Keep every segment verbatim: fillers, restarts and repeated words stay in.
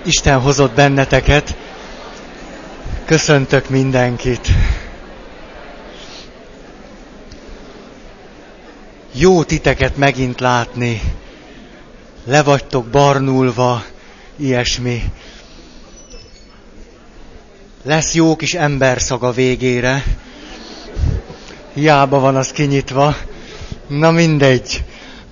Isten hozott benneteket. Köszöntök mindenkit. Jó titeket megint látni. Le vagytok barnulva, ilyesmi. Lesz jó kis emberszaga végére. Hiába van az kinyitva. Na mindegy.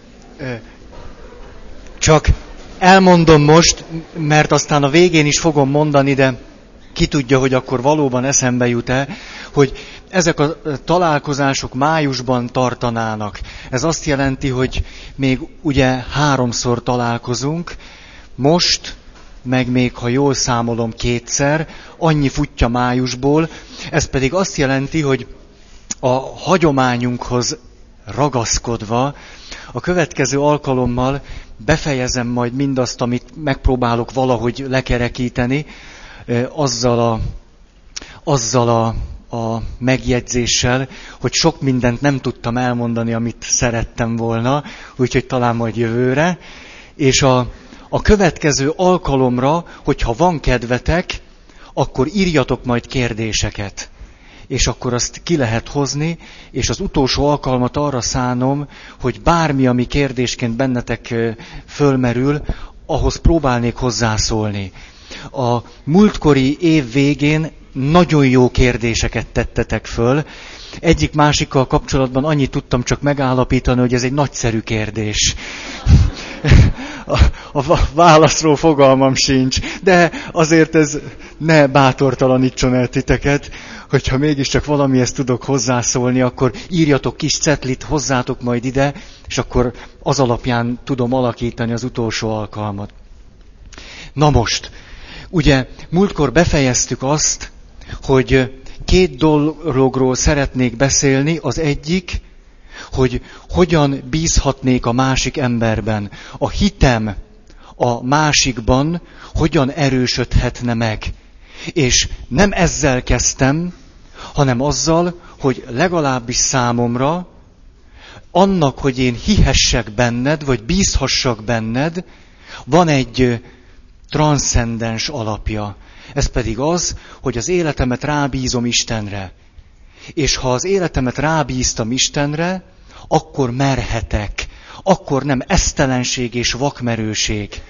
Csak elmondom most, mert aztán a végén is fogom mondani, de ki tudja, hogy akkor valóban eszembe jut-e, hogy ezek a találkozások májusban tartanának. Ez azt jelenti, hogy még ugye háromszor találkozunk, most, meg még, ha jól számolom, kétszer, annyi futja májusból. Ez pedig azt jelenti, hogy a hagyományunkhoz ragaszkodva a következő alkalommal befejezem majd mindazt, amit megpróbálok valahogy lekerekíteni, azzal a, azzal a, a megjegyzéssel, hogy sok mindent nem tudtam elmondani, amit szerettem volna, úgyhogy talán majd jövőre. És a, a következő alkalomra, hogyha van kedvetek, akkor írjatok majd kérdéseket. És akkor azt ki lehet hozni, és az utolsó alkalmat arra szánom, hogy bármi, ami kérdésként bennetek fölmerül, ahhoz próbálnék hozzászólni. A múltkori év végén nagyon jó kérdéseket tettetek föl. Egyik-másikkal kapcsolatban annyit tudtam csak megállapítani, hogy ez egy nagyszerű kérdés. A, a válaszról fogalmam sincs, de azért ez ne bátortalanítson el titeket, hogyha mégiscsak valamihez tudok hozzászólni, akkor írjatok kis cetlit, hozzátok majd ide, és akkor az alapján tudom alakítani az utolsó alkalmat. Na most, ugye múltkor befejeztük azt, hogy két dologról szeretnék beszélni. Az egyik, hogy hogyan bízhatnék a másik emberben. A hitem a másikban hogyan erősödhetne meg. És nem ezzel kezdtem, hanem azzal, hogy legalábbis számomra, annak, hogy én hihessek benned, vagy bízhassak benned, van egy transzcendens alapja. Ez pedig az, hogy az életemet rábízom Istenre. És ha az életemet rábíztam Istenre, akkor merhetek. Akkor nem esztelenség és vakmerőség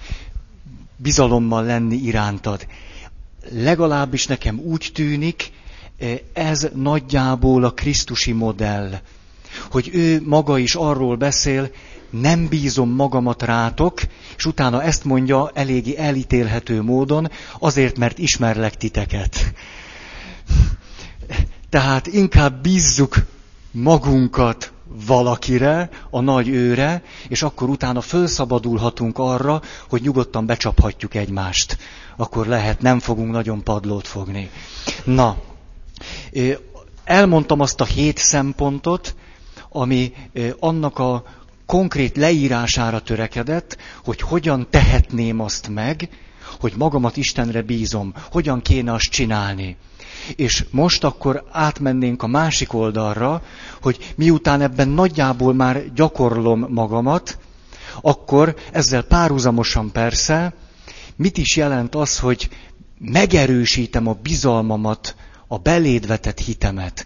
bizalommal lenni irántad. Legalábbis nekem úgy tűnik, ez nagyjából a krisztusi modell. Hogy ő maga is arról beszél, nem bízom magamat rátok, és utána ezt mondja eléggé elítélhető módon, azért, mert ismerlek titeket. Tehát inkább bízzuk magunkat valakire, a nagy őre, és akkor utána fölszabadulhatunk arra, hogy nyugodtan becsaphatjuk egymást. Akkor lehet, nem fogunk nagyon padlót fogni. Na, elmondtam azt a hét szempontot, ami annak a konkrét leírására törekedett, hogy hogyan tehetném azt meg, hogy magamat Istenre bízom, hogyan kéne azt csinálni. És most akkor átmennénk a másik oldalra, hogy miután ebben nagyjából már gyakorlom magamat, akkor ezzel párhuzamosan persze, mit is jelent az, hogy megerősítem a bizalmamat, a beléd vetett hitemet.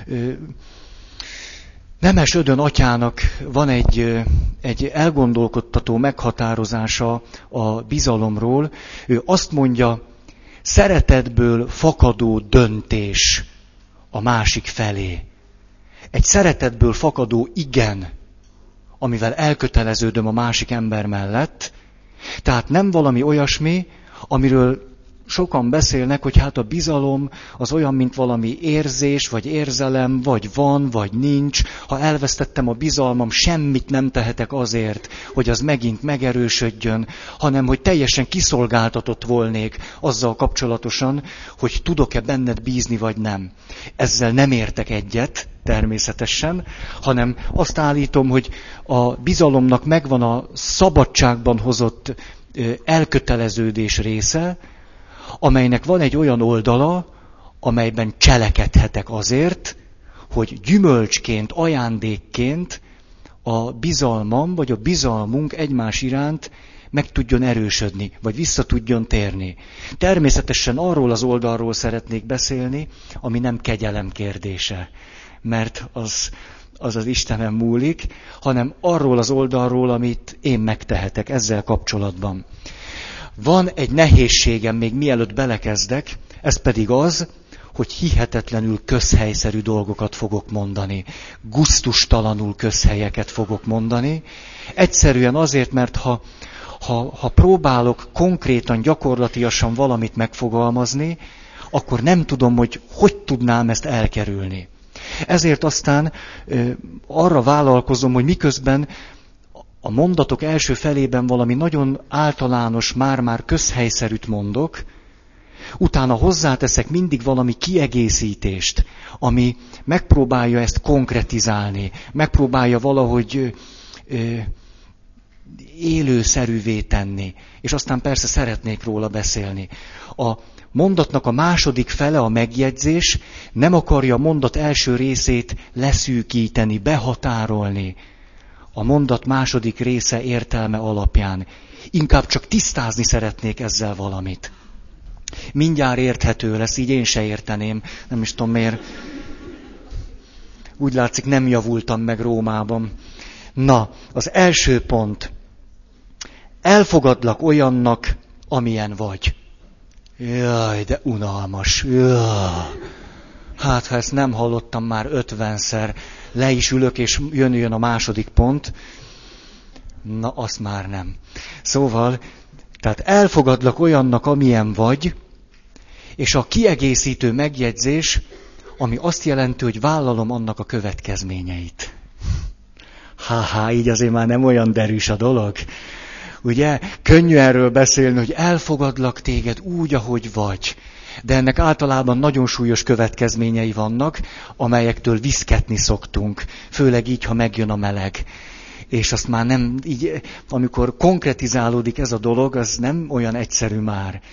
Nemes Ödön atyának van egy, egy elgondolkodtató meghatározása a bizalomról. Ő azt mondja, szeretetből fakadó döntés a másik felé. Egy szeretetből fakadó igen, amivel elköteleződöm a másik ember mellett. Tehát nem valami olyasmi, amiről sokan beszélnek, hogy hát a bizalom az olyan, mint valami érzés, vagy érzelem, vagy van, vagy nincs. Ha elvesztettem a bizalmam, semmit nem tehetek azért, hogy az megint megerősödjön, hanem hogy teljesen kiszolgáltatott volnék azzal kapcsolatosan, hogy tudok-e benned bízni, vagy nem. Ezzel nem értek egyet, természetesen, hanem azt állítom, hogy a bizalomnak megvan a szabadságban hozott elköteleződés része, amelynek van egy olyan oldala, amelyben cselekedhetek azért, hogy gyümölcsként, ajándékként a bizalmam, vagy a bizalmunk egymás iránt meg tudjon erősödni, vagy vissza tudjon térni. Természetesen arról az oldalról szeretnék beszélni, ami nem kegyelem kérdése, mert az az, az Istenem múlik, hanem arról az oldalról, amit én megtehetek ezzel kapcsolatban. Van egy nehézségem, még mielőtt belekezdek, ez pedig az, hogy hihetetlenül közhelyszerű dolgokat fogok mondani. Gusztustalanul közhelyeket fogok mondani. Egyszerűen azért, mert ha, ha, ha próbálok konkrétan, gyakorlatiasan valamit megfogalmazni, akkor nem tudom, hogy hogy tudnám ezt elkerülni. Ezért aztán ö, arra vállalkozom, hogy miközben a mondatok első felében valami nagyon általános, már-már közhelyszerűt mondok, utána hozzáteszek mindig valami kiegészítést, ami megpróbálja ezt konkretizálni, megpróbálja valahogy ö, élőszerűvé tenni, és aztán persze szeretnék róla beszélni. A mondatnak a második fele, a megjegyzés, nem akarja a mondat első részét leszűkíteni, behatárolni a mondat második része értelme alapján. Inkább csak tisztázni szeretnék ezzel valamit. Mindjárt érthető lesz, így én se érteném, nem is tudom miért. Úgy látszik, nem javultam meg Rómában. Na, az első pont. Elfogadlak olyannak, amilyen vagy. Jaj, de unalmas. Jaj. Hát, ha ezt nem hallottam már ötvenszer, le is ülök, és jön, jön a második pont. Na, azt már nem. Szóval, tehát elfogadlak olyannak, amilyen vagy, és a kiegészítő megjegyzés, ami azt jelenti, hogy vállalom annak a következményeit. Ha-ha, így azért már nem olyan derűs a dolog. Ugye, könnyű erről beszélni, hogy elfogadlak téged úgy, ahogy vagy. De ennek általában nagyon súlyos következményei vannak, amelyektől viszketni szoktunk, főleg így, ha megjön a meleg. És azt már nem, így, amikor konkretizálódik ez a dolog, az nem olyan egyszerű már.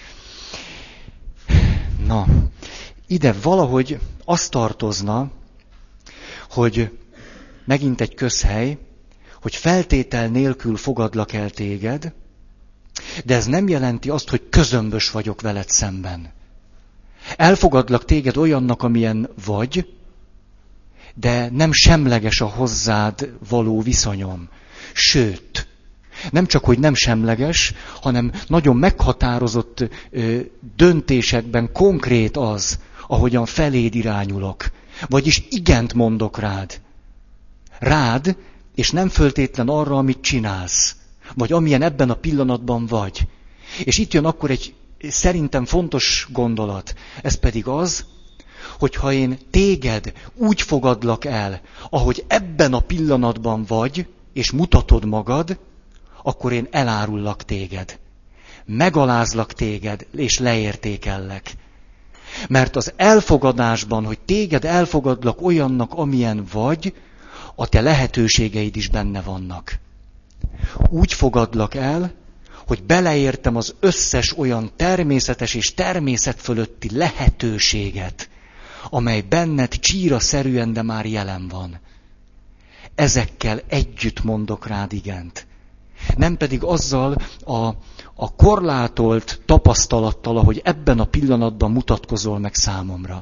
Na, ide valahogy azt tartozna, hogy megint egy közhely, hogy feltétel nélkül fogadlak el téged, de ez nem jelenti azt, hogy közömbös vagyok veled szemben. Elfogadlak téged olyannak, amilyen vagy, de nem semleges a hozzád való viszonyom. Sőt, nem csak, hogy nem semleges, hanem nagyon meghatározott ö, döntésekben konkrét az, ahogyan feléd irányulok. Vagyis igent mondok rád. Rád, és nem föltétlen arra, amit csinálsz. Vagy amilyen ebben a pillanatban vagy. És itt jön akkor egy szerintem fontos gondolat. Ez pedig az, hogy ha én téged úgy fogadlak el, ahogy ebben a pillanatban vagy, és mutatod magad, akkor én elárullak téged. Megalázlak téged, és leértékellek. Mert az elfogadásban, hogy téged elfogadlak olyannak, amilyen vagy, a te lehetőségeid is benne vannak. Úgy fogadlak el, hogy beleértem az összes olyan természetes és természet fölötti lehetőséget, amely benned csíraszerűen, de már jelen van. Ezekkel együtt mondok rád igent. Nem pedig azzal a, a korlátolt tapasztalattal, ahogy ebben a pillanatban mutatkozol meg számomra.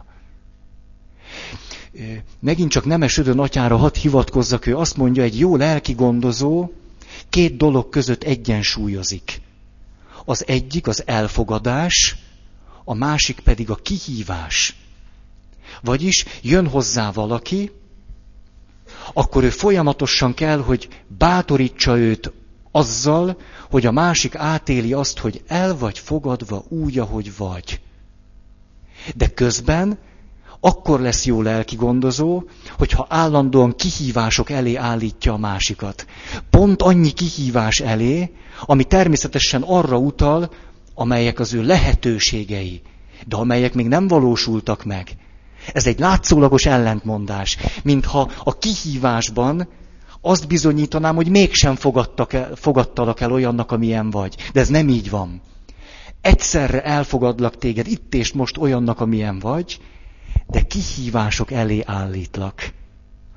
Megint csak Nemes Ödön atyára hadd hivatkozzak, ő azt mondja, egy jó lelki gondozó két dolog között egyensúlyozik. Az egyik az elfogadás, a másik pedig a kihívás. Vagyis jön hozzá valaki, akkor ő folyamatosan kell, hogy bátorítsa őt azzal, hogy a másik átéli azt, hogy el vagy fogadva úgy, ahogy vagy. De közben akkor lesz jó lelki gondozó, hogyha állandóan kihívások elé állítja a másikat. Pont annyi kihívás elé, ami természetesen arra utal, amelyek az ő lehetőségei, de amelyek még nem valósultak meg. Ez egy látszólagos ellentmondás, mintha a kihívásban azt bizonyítanám, hogy mégsem fogadtak el, fogadtalak el olyannak, amilyen vagy. De ez nem így van. Egyszerre elfogadlak téged itt és most olyannak, amilyen vagy, de kihívások elé állítlak.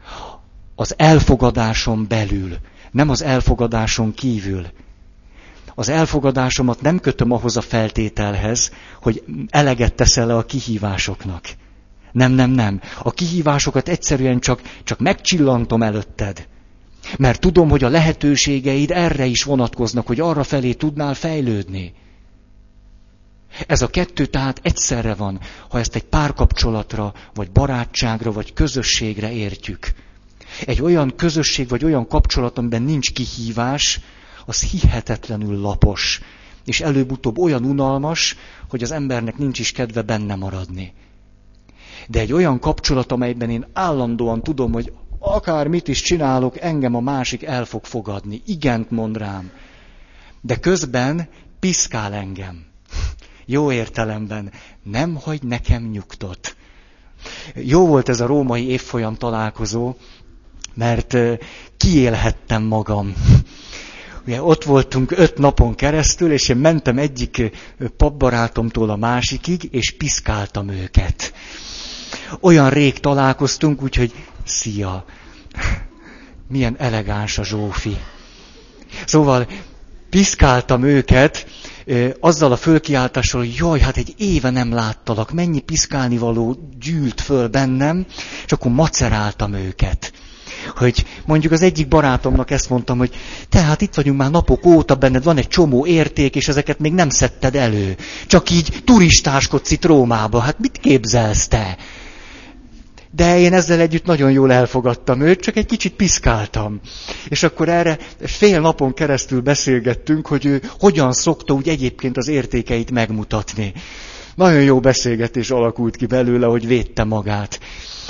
Az elfogadáson belül, nem az elfogadáson kívül. az elfogadásomat nem kötöm ahhoz a feltételhez, hogy eleget teszel-e a kihívásoknak. Nem, nem, nem. A kihívásokat egyszerűen csak, csak megcsillantom előtted. Mert tudom, hogy a lehetőségeid erre is vonatkoznak, hogy arra felé tudnál fejlődni. Ez a kettő tehát egyszerre van, ha ezt egy párkapcsolatra, vagy barátságra, vagy közösségre értjük. Egy olyan közösség, vagy olyan kapcsolat, amiben nincs kihívás, az hihetetlenül lapos, és előbb-utóbb olyan unalmas, hogy az embernek nincs is kedve benne maradni. De egy olyan kapcsolat, amelyben én állandóan tudom, hogy akár mit is csinálok, engem a másik el fog fogadni, igent mond rám. De közben piszkál engem. Jó értelemben, nem hagy nekem nyugtot. Jó volt ez a római évfolyam találkozó, mert kiélhettem magam. Ugye ott voltunk öt napon keresztül, és én mentem egyik papbarátomtól a másikig, és piszkáltam őket. Olyan rég találkoztunk, úgyhogy szia! Milyen elegáns a Zsófi. Szóval piszkáltam őket, azzal a fölkiáltással, hogy jaj, hát egy éve nem láttalak, mennyi piszkálnivaló gyűlt föl bennem, és akkor maceráltam őket. Hogy mondjuk az egyik barátomnak ezt mondtam, hogy tehát itt vagyunk már napok óta, benned van egy csomó érték, és ezeket még nem szedted elő. Csak így turistáskodsz itt Rómába, hát mit képzelsz te? De én ezzel együtt nagyon jól elfogadtam őt, csak egy kicsit piszkáltam. És akkor erre fél napon keresztül beszélgettünk, hogy ő hogyan szokta úgy egyébként az értékeit megmutatni. Nagyon jó beszélgetés alakult ki belőle, hogy védte magát.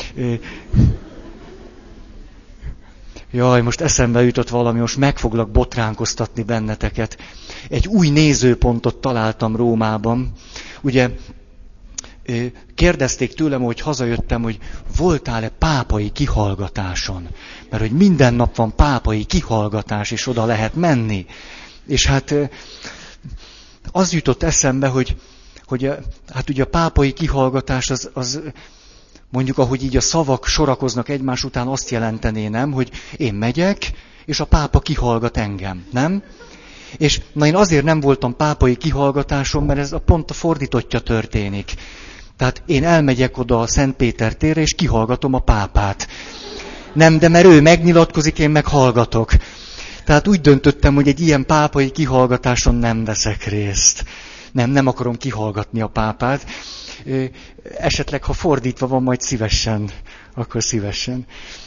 Jaj, most eszembe jutott valami, most meg foglak botránkoztatni benneteket. Egy új nézőpontot találtam Rómában. Ugye kérdezték tőlem, hogy hazajöttem, hogy voltál-e pápai kihallgatáson? Mert hogy minden nap van pápai kihallgatás, és oda lehet menni. És hát az jutott eszembe, hogy, hogy hát ugye a pápai kihallgatás az, az mondjuk, ahogy így a szavak sorakoznak egymás után, azt jelentené, nem, hogy én megyek, és a pápa kihallgat engem, nem? És na én azért nem voltam pápai kihallgatáson, mert ez a pont a fordítottja történik. Tehát én elmegyek oda a Szent Péter térre, és kihallgatom a pápát. Nem, de mert ő megnyilatkozik, én meg hallgatok. Tehát úgy döntöttem, hogy egy ilyen pápai kihallgatáson nem veszek részt. Nem, nem akarom kihallgatni a pápát. Esetleg, ha fordítva van, majd szívesen, akkor szívesen.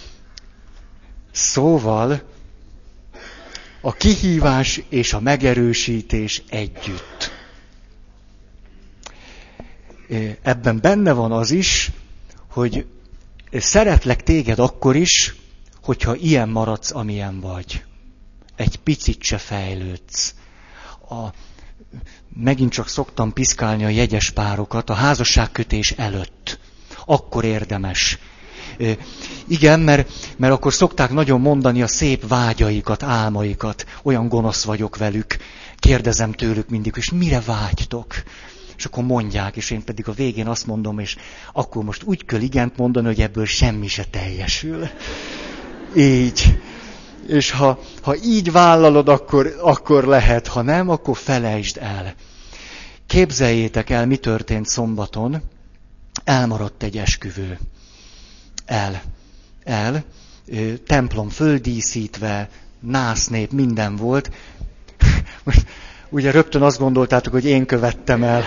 Szóval a kihívás és a megerősítés együtt. Ebben benne van az is, hogy szeretlek téged akkor is, hogyha ilyen maradsz, amilyen vagy. Egy picit se fejlődsz. A, megint csak szoktam piszkálni a jegyes párokat a házasságkötés előtt. Akkor érdemes. Igen, mert, mert akkor szokták nagyon mondani a szép vágyaikat, álmaikat. Olyan gonosz vagyok velük. Kérdezem tőlük mindig, és mire vágytok? És akkor mondják, és én pedig a végén azt mondom, és akkor most úgy kell igent mondani, hogy ebből semmi se teljesül. Így. És ha, ha így vállalod, akkor, akkor lehet, ha nem, akkor felejtsd el. Képzeljétek el, mi történt szombaton. Elmaradt egy esküvő. El. El. Templom földíszítve, násznép, minden volt. Most, ugye rögtön azt gondoltátok, hogy én követtem el.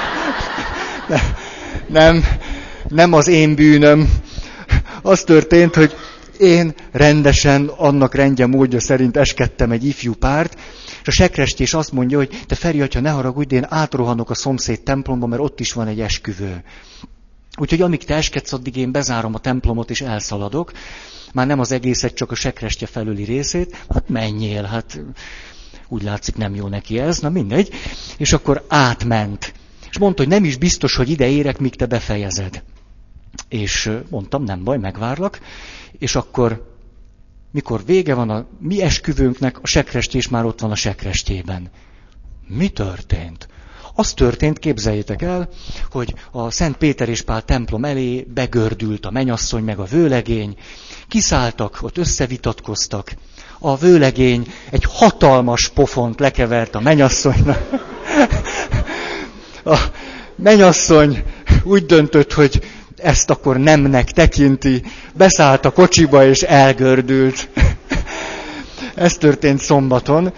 Nem, nem az én bűnöm. Az történt, hogy én rendesen, annak rendje módja szerint eskedtem egy ifjú párt, és a sekrestés azt mondja, hogy te Feri atya, ne haragudj, de én átrohanok a szomszéd templomba, mert ott is van egy esküvő. Úgyhogy amíg te eskedsz, addig én bezárom a templomot és elszaladok. Már nem az egészet, csak a sekrestje felüli részét. Hát menjél, hát úgy látszik nem jó neki ez, na mindegy. És akkor átment. És mondta, hogy nem is biztos, hogy ide érek, míg te befejezed. És mondtam, nem baj, megvárlak. És akkor, mikor vége van a mi esküvőnknek, a sekrestés már ott van a sekrestjében. Mi történt? Az történt, képzeljétek el, hogy a Szent Péter és Pál templom elé begördült a mennyasszony meg a vőlegény, kiszálltak, ott összevitatkoztak, A vőlegény egy hatalmas pofont lekevert a mennyasszonynak. A mennyasszony úgy döntött, hogy ezt akkor nemnek tekinti, beszállt a kocsiba és elgördült. Ez történt szombaton.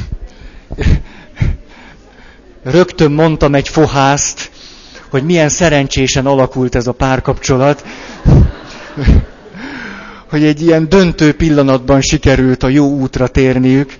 Rögtön mondtam egy fohászt, hogy milyen szerencsésen alakult ez a párkapcsolat, hogy egy ilyen döntő pillanatban sikerült a jó útra térniük.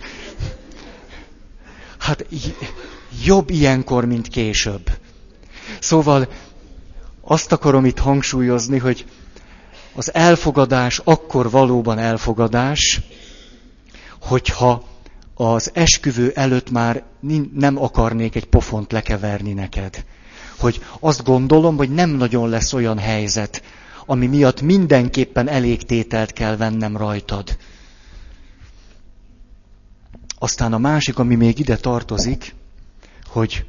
Hát jobb ilyenkor, mint később. Szóval azt akarom itt hangsúlyozni, hogy az elfogadás akkor valóban elfogadás, hogyha az esküvő előtt már nem akarnék egy pofont lekeverni neked. Hogy azt gondolom, hogy nem nagyon lesz olyan helyzet, ami miatt mindenképpen elégtételt kell vennem rajtad. Aztán a másik, ami még ide tartozik, hogy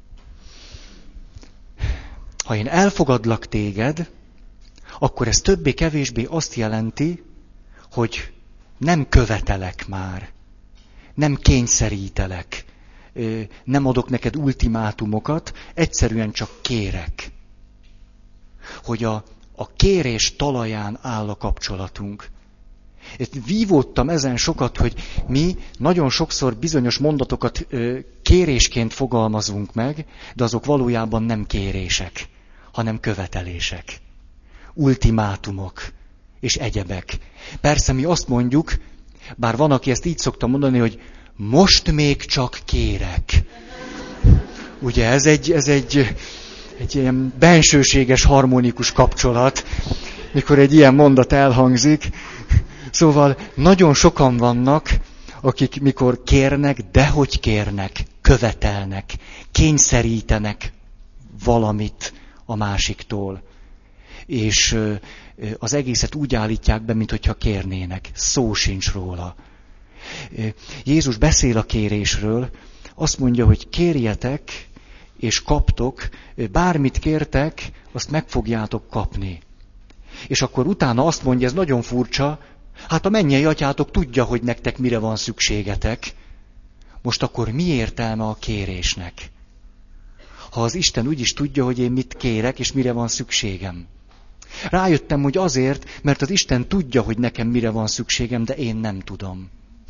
ha én elfogadlak téged, akkor ez többé-kevésbé azt jelenti, hogy nem követelek már, nem kényszerítelek, nem adok neked ultimátumokat, egyszerűen csak kérek. Hogy a, a kérés talaján áll a kapcsolatunk. Vívódtam ezen sokat, hogy mi nagyon sokszor bizonyos mondatokat kérésként fogalmazunk meg, de azok valójában nem kérések, hanem követelések, ultimátumok és egyebek. Persze mi azt mondjuk, bár van, aki ezt így szokta mondani, hogy most még csak kérek. Ugye ez egy, ez egy, egy ilyen bensőséges, harmonikus kapcsolat, mikor egy ilyen mondat elhangzik. Szóval nagyon sokan vannak, akik mikor kérnek, dehogy kérnek, követelnek, kényszerítenek valamit a másiktól. És az egészet úgy állítják be, mintha kérnének. Szó sincs róla. Jézus beszél a kérésről, azt mondja, hogy kérjetek és kaptok, bármit kértek, azt meg fogjátok kapni. És akkor utána azt mondja, ez nagyon furcsa, hát a mennyei atyátok tudja, hogy nektek mire van szükségetek. Most akkor mi értelme a kérésnek? Ha az Isten úgyis tudja, hogy én mit kérek, és mire van szükségem. Rájöttem, hogy azért, mert az Isten tudja, hogy nekem mire van szükségem, de én nem tudom.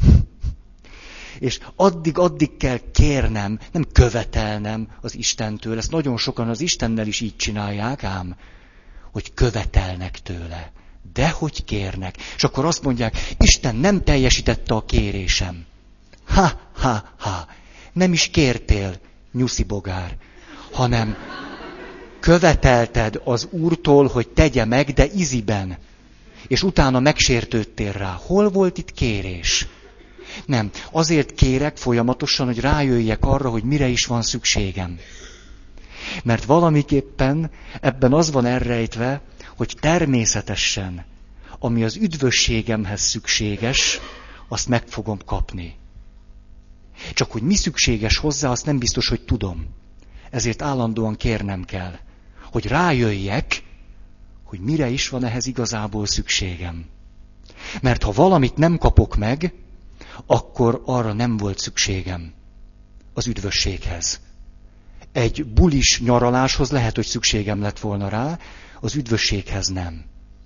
És addig-addig kell kérnem, nem követelnem az Istentől. Ezt nagyon sokan az Istennel is így csinálják ám, hogy követelnek tőle. Dehogy kérnek. És akkor azt mondják, Isten nem teljesítette a kérésem. Ha, ha, ha. Nem is kértél, nyuszi bogár, hanem követelted az Úrtól, hogy tegye meg, de iziben. És utána megsértődtél rá. Hol volt itt kérés? Nem. Azért kérek folyamatosan, hogy rájöjjek arra, hogy mire is van szükségem. Mert valamiképpen ebben az van elrejtve, hogy természetesen, ami az üdvösségemhez szükséges, azt meg fogom kapni. Csak hogy mi szükséges hozzá, azt nem biztos, hogy tudom. Ezért állandóan kérnem kell, hogy rájöjjek, hogy mire is van ehhez igazából szükségem. Mert ha valamit nem kapok meg, akkor arra nem volt szükségem az üdvösséghez. Egy bulis nyaraláshoz lehet, hogy szükségem lett volna rá, az üdvösséghez nem.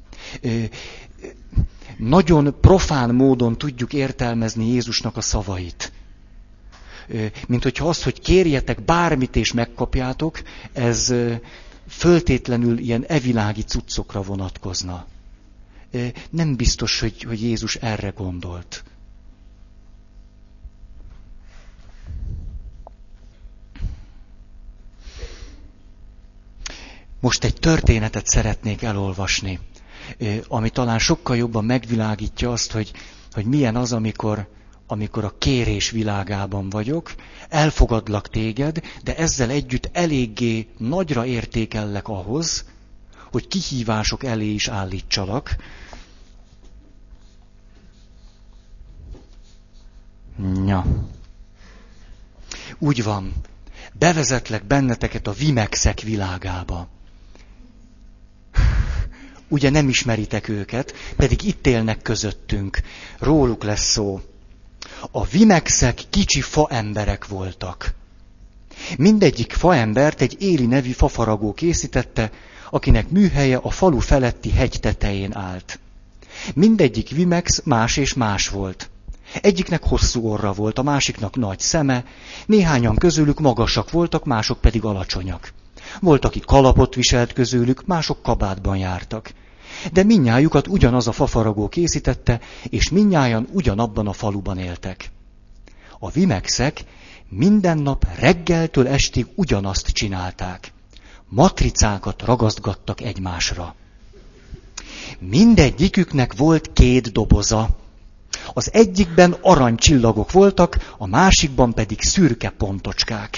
Nagyon profán módon tudjuk értelmezni Jézusnak a szavait. Mint hogyha azt, hogy kérjetek bármit és megkapjátok, ez föltétlenül ilyen evilági cuccokra vonatkozna. Nem biztos, hogy, hogy Jézus erre gondolt. Most egy történetet szeretnék elolvasni, ami talán sokkal jobban megvilágítja azt, hogy, hogy milyen az, amikor, amikor a kérés világában vagyok, elfogadlak téged, de ezzel együtt eléggé nagyra értékellek ahhoz, hogy kihívások elé is állítsalak. Ja. Úgy van, bevezetlek benneteket a Vimexek világába. Ugye nem ismeritek őket, pedig itt élnek közöttünk. Róluk lesz szó. A vimexek kicsi faemberek voltak. Mindegyik faembert egy Éli nevű fafaragó készítette, akinek műhelye a falu feletti hegy tetején állt. Mindegyik vimex más és más volt. Egyiknek hosszú orra volt, a másiknak nagy szeme, néhányan közülük magasak voltak, mások pedig alacsonyak. Volt, aki kalapot viselt közülük, mások kabátban jártak. De mindnyájukat ugyanaz a fafaragó készítette, és mindnyájan ugyanabban a faluban éltek. A vimexek minden nap reggeltől estig ugyanazt csinálták. Matricákat ragasztgattak egymásra. Mindegyiküknek volt két doboza. Az egyikben aranycsillagok voltak, a másikban pedig szürke pontocskák.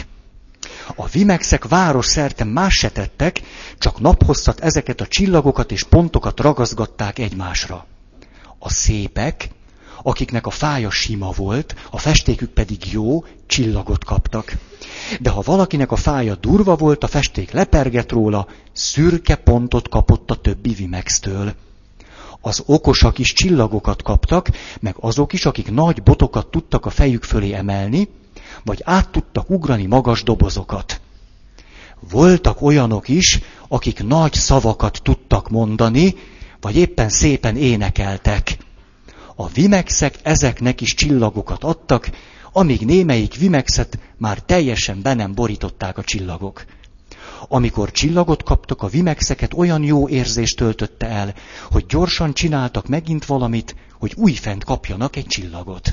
A vimexek városszerte más se tettek, csak naphosszat ezeket a csillagokat és pontokat ragasztgatták egymásra. A szépek, akiknek a fája sima volt, a festékük pedig jó, csillagot kaptak. De ha valakinek a fája durva volt, a festék lepergett róla, szürke pontot kapott a többi vimextől. Az okosak is csillagokat kaptak, meg azok is, akik nagy botokat tudtak a fejük fölé emelni, vagy át tudtak ugrani magas dobozokat. Voltak olyanok is, akik nagy szavakat tudtak mondani, vagy éppen szépen énekeltek. A vimexek ezeknek is csillagokat adtak, amíg némelyik vimexet már teljesen be nem borították a csillagok. Amikor csillagot kaptak, a vimexeket olyan jó érzés töltötte el, hogy gyorsan csináltak megint valamit, hogy újfent kapjanak egy csillagot.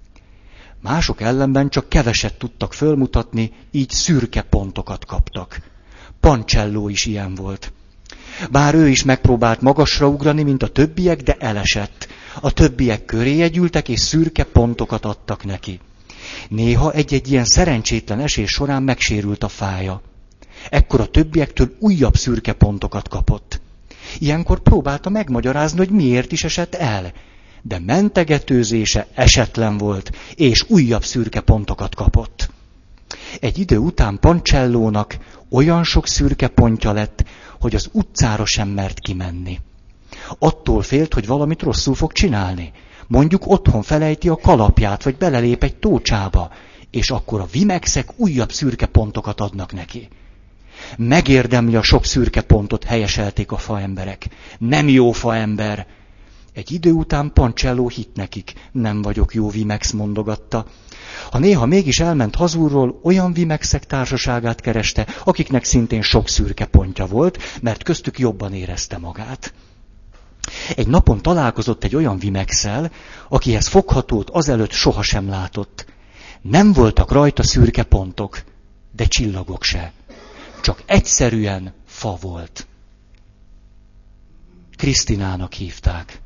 Mások ellenben csak keveset tudtak fölmutatni, így szürke pontokat kaptak. Pancelló is ilyen volt. Bár ő is megpróbált magasra ugrani, mint a többiek, de elesett. A többiek köréje gyűltek, és szürke pontokat adtak neki. Néha egy-egy ilyen szerencsétlen esés során megsérült a fája. Ekkor a többiektől újabb szürke pontokat kapott. Ilyenkor próbálta megmagyarázni, hogy miért is esett el. De mentegetőzése esetlen volt, és újabb szürke pontokat kapott. Egy idő után Pancellónak olyan sok szürke pontja lett, hogy az utcára sem mert kimenni. Attól félt, hogy valamit rosszul fog csinálni. Mondjuk otthon felejti a kalapját, vagy belelép egy tócsába, és akkor a vimexek újabb szürke pontokat adnak neki. Megérdemli a sok szürke pontot, helyeselték a faemberek. Nem jó faember. Egy idő után Pancelló hitt nekik, nem vagyok jó vimex, mondogatta. Ha néha mégis elment hazulról, olyan vimexek társaságát kereste, akiknek szintén sok szürke pontja volt, mert köztük jobban érezte magát. Egy napon találkozott egy olyan vimexsel, akihez foghatót azelőtt sohasem látott. Nem voltak rajta szürke pontok, de csillagok se. Csak egyszerűen fa volt. Krisztinának hívták.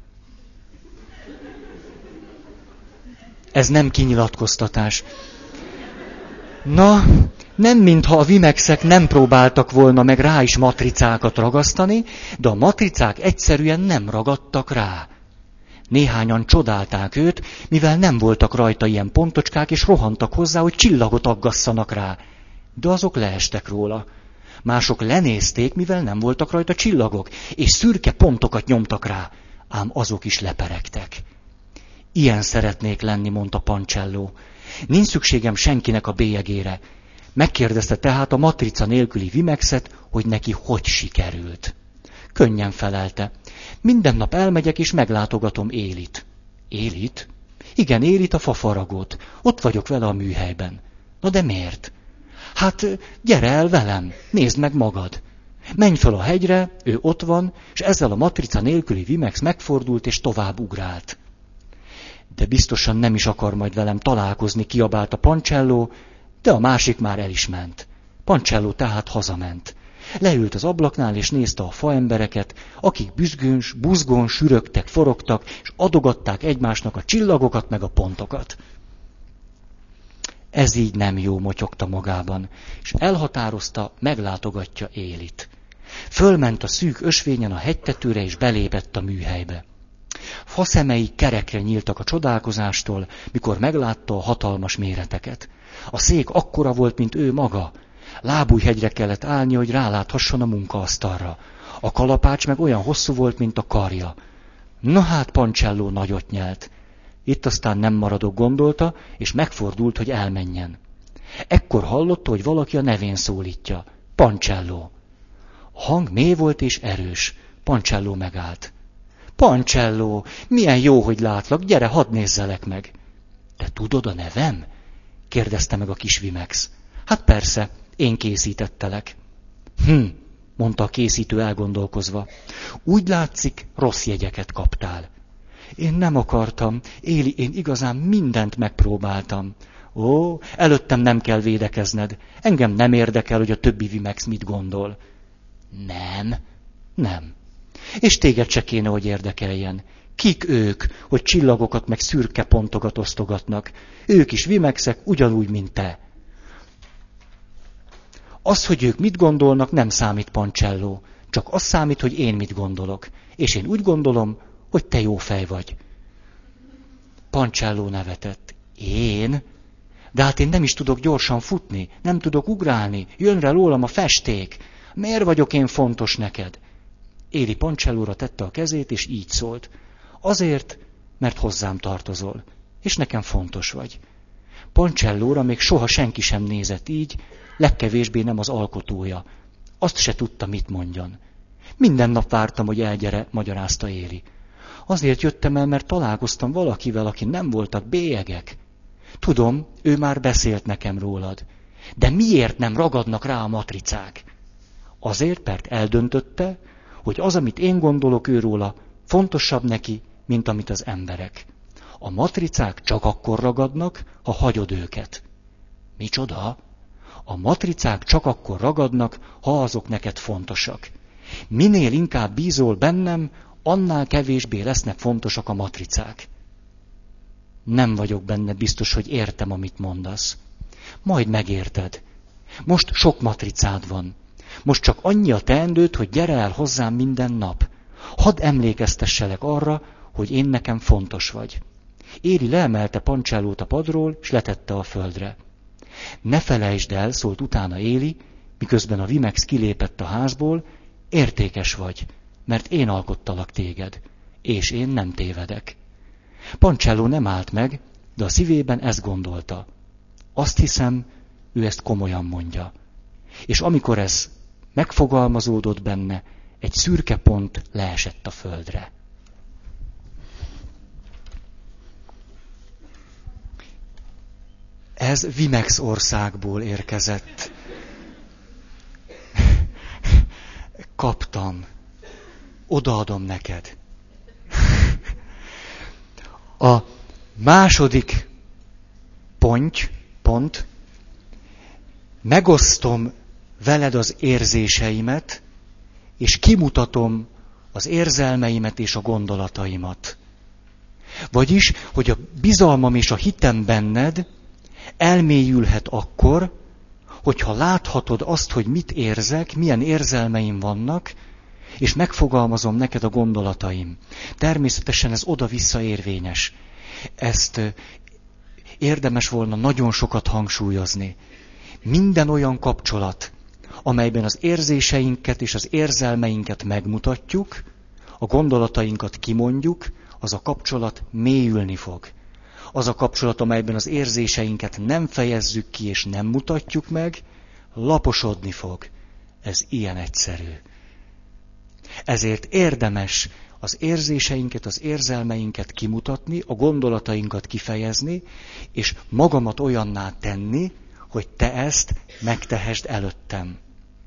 Ez nem kinyilatkoztatás. Na, nem mintha a vimexek nem próbáltak volna meg rá is matricákat ragasztani, de a matricák egyszerűen nem ragadtak rá. Néhányan csodálták őt, mivel nem voltak rajta ilyen pontocskák, és rohantak hozzá, hogy csillagot aggasszanak rá. De azok leestek róla. Mások lenézték, mivel nem voltak rajta csillagok, és szürke pontokat nyomtak rá, ám azok is leperegtek. Ilyen szeretnék lenni, mondta Pancelló. Nincs szükségem senkinek a bélyegére. Megkérdezte tehát a matrica nélküli vimexet, hogy neki hogy sikerült. Könnyen felelte. Minden nap elmegyek és meglátogatom Élit. Élit? Igen, Élit, a fafaragót. Ott vagyok vele a műhelyben. Na de miért? Hát gyere el velem, nézd meg magad. Menj fel a hegyre, ő ott van, és ezzel a matrica nélküli vimex megfordult és tovább ugrált. De biztosan nem is akar majd velem találkozni, kiabálta Pancelló, de a másik már el is ment. Pancelló tehát hazament. Leült az ablaknál, és nézte a faembereket, akik büszgön, buzgón sürögtek, forogtak, és adogatták egymásnak a csillagokat meg a pontokat. Ez így nem jó, motyogta magában, és elhatározta, meglátogatja Élit. Fölment a szűk ösvényen a hegytetőre, és belépett a műhelybe. Faszemei kerekre nyíltak a csodálkozástól, mikor meglátta a hatalmas méreteket. A szék akkora volt, mint ő maga. Lábújhegyre kellett állni, hogy ráláthasson a munkaasztalra. A kalapács meg olyan hosszú volt, mint a karja. Na hát Pancelló nagyot nyelt. Itt aztán nem maradok, gondolta, és megfordult, hogy elmenjen. Ekkor hallotta, hogy valaki a nevén szólítja. Pancelló. A hang mély volt és erős. Pancelló megállt. Pancelló, milyen jó, hogy látlak, gyere, hadd nézzelek meg. Te tudod a nevem? Kérdezte meg a kis Vimex. Hát persze, én készítettelek. Hm, mondta a készítő elgondolkozva. Úgy látszik, rossz jegyeket kaptál. Én nem akartam, Éli, én igazán mindent megpróbáltam. Ó, előttem nem kell védekezned. Engem nem érdekel, hogy a többi Vimex mit gondol. Nem, nem. És téged se kéne, hogy érdekeljen. Kik ők, hogy csillagokat meg szürke pontokat osztogatnak? Ők is Vimexek, ugyanúgy, mint te. Az, hogy ők mit gondolnak, nem számít, Pancelló. Csak az számít, hogy én mit gondolok. És én úgy gondolom, hogy te jó fej vagy. Pancelló nevetett. Én? De hát én nem is tudok gyorsan futni, nem tudok ugrálni, jön rá rólam a festék. Miért vagyok én fontos neked? Éli Pancellóra tette a kezét, és így szólt. Azért, mert hozzám tartozol, és nekem fontos vagy. Pancellóra még soha senki sem nézett így, legkevésbé nem az alkotója. Azt se tudta, mit mondjon. Minden nap vártam, hogy elgyere, magyarázta Éli. Azért jöttem el, mert találkoztam valakivel, aki nem voltak bélyegek. Tudom, ő már beszélt nekem rólad. De miért nem ragadnak rá a matricák? Azért, mert eldöntötte, hogy az, amit én gondolok őróla, fontosabb neki, mint amit az emberek. A matricák csak akkor ragadnak, ha hagyod őket. Micsoda? A matricák csak akkor ragadnak, ha azok neked fontosak. Minél inkább bízol bennem, annál kevésbé lesznek fontosak a matricák. Nem vagyok benne biztos, hogy értem, amit mondasz. Majd megérted. Most sok matricád van. Most csak annyi a teendőd, hogy gyere el hozzám minden nap. Hadd emlékeztesselek arra, hogy én nekem fontos vagy. Éli leemelte Pancellót a padról, s letette a földre. Ne felejtsd el, szólt utána Éli, miközben a Vimex kilépett a házból, értékes vagy, mert én alkottalak téged, és én nem tévedek. Pancelló nem állt meg, de a szívében ezt gondolta. Azt hiszem, ő ezt komolyan mondja. És amikor ez megfogalmazódott benne, egy szürke pont leesett a földre. Ez Vimex országból érkezett. Kaptam. Odaadom neked. A második pont, pont, megosztom veled az érzéseimet, és kimutatom az érzelmeimet és a gondolataimat. Vagyis, hogy a bizalmam és a hitem benned elmélyülhet akkor, hogyha láthatod azt, hogy mit érzek, milyen érzelmeim vannak, és megfogalmazom neked a gondolataim. Természetesen ez oda-vissza érvényes. Ezt érdemes volna nagyon sokat hangsúlyozni. Minden olyan kapcsolat, amelyben az érzéseinket és az érzelmeinket megmutatjuk, a gondolatainkat kimondjuk, az a kapcsolat mélyülni fog. Az a kapcsolat, amelyben az érzéseinket nem fejezzük ki és nem mutatjuk meg, laposodni fog. Ez ilyen egyszerű. Ezért érdemes az érzéseinket, az érzelmeinket kimutatni, a gondolatainkat kifejezni, és magamat olyanná tenni, hogy te ezt megtehesd előttem.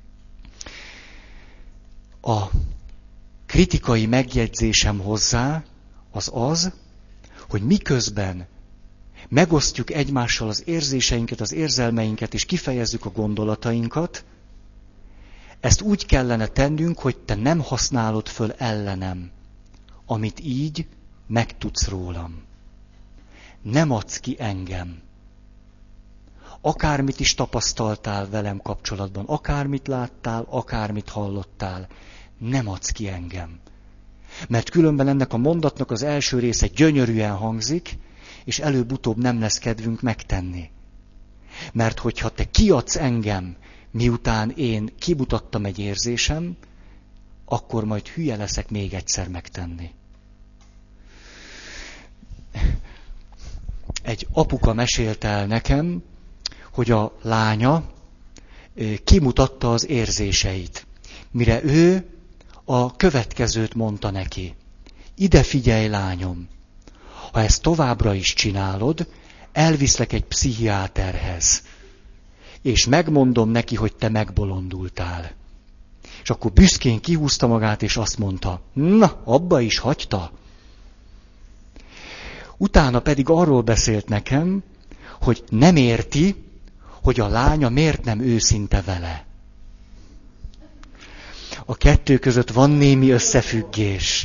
A kritikai megjegyzésem hozzá az az, hogy miközben megosztjuk egymással az érzéseinket, az érzelmeinket, és kifejezzük a gondolatainkat, ezt úgy kellene tennünk, hogy te nem használod föl ellenem, amit így megtudsz rólam. Nem adsz ki engem. Akármit is tapasztaltál velem kapcsolatban, akármit láttál, akármit hallottál, nem adsz ki engem. Mert különben ennek a mondatnak az első része gyönyörűen hangzik, és előbb-utóbb nem lesz kedvünk megtenni. Mert hogyha te kiadsz engem, miután én kimutattam egy érzésem, akkor majd hülye leszek még egyszer megtenni. Egy apuka mesélte el nekem, hogy a lánya kimutatta az érzéseit, mire ő a következőt mondta neki. Ide figyelj, lányom, ha ezt továbbra is csinálod, elviszlek egy pszichiáterhez, és megmondom neki, hogy te megbolondultál. És akkor büszkén kihúzta magát, és azt mondta, na, abba is hagyta. Utána pedig arról beszélt nekem, hogy nem érti, hogy a lánya miért nem őszinte vele. A kettő között van némi összefüggés.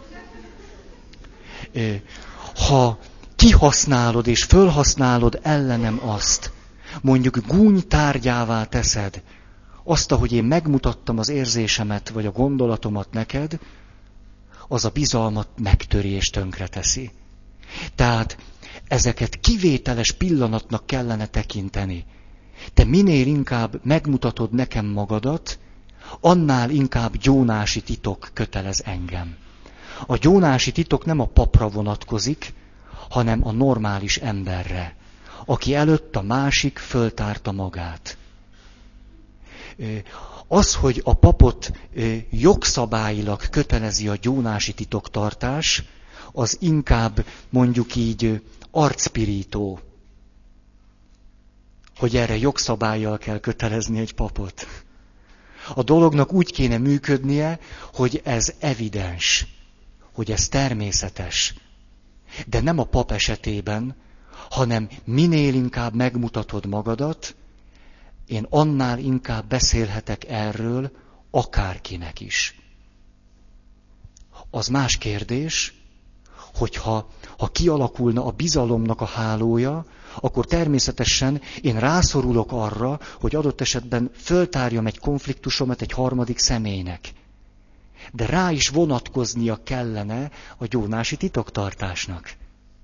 Ha kihasználod és fölhasználod ellenem azt, mondjuk gúny tárgyává teszed, azt, ahogy én megmutattam az érzésemet, vagy a gondolatomat neked, az a bizalmat megtöri és tönkreteszi. Tehát ezeket kivételes pillanatnak kellene tekinteni. Te minél inkább megmutatod nekem magadat, annál inkább gyónási titok kötelez engem. A gyónási titok nem a papra vonatkozik, hanem a normális emberre, aki előtt a másik föltárta magát. Az, hogy a papot jogszabályilag kötelezi a gyónási titoktartás, az inkább mondjuk így arcpirító, hogy erre jogszabállyal kell kötelezni egy papot. A dolognak úgy kéne működnie, hogy ez evidens, hogy ez természetes. De nem a pap esetében, hanem minél inkább megmutatod magadat, én annál inkább beszélhetek erről akárkinek is. Az más kérdés, hogyha ha kialakulna a bizalomnak a hálója, akkor természetesen én rászorulok arra, hogy adott esetben föltárjam egy konfliktusomat egy harmadik személynek. De rá is vonatkoznia kellene a gyónási titoktartásnak.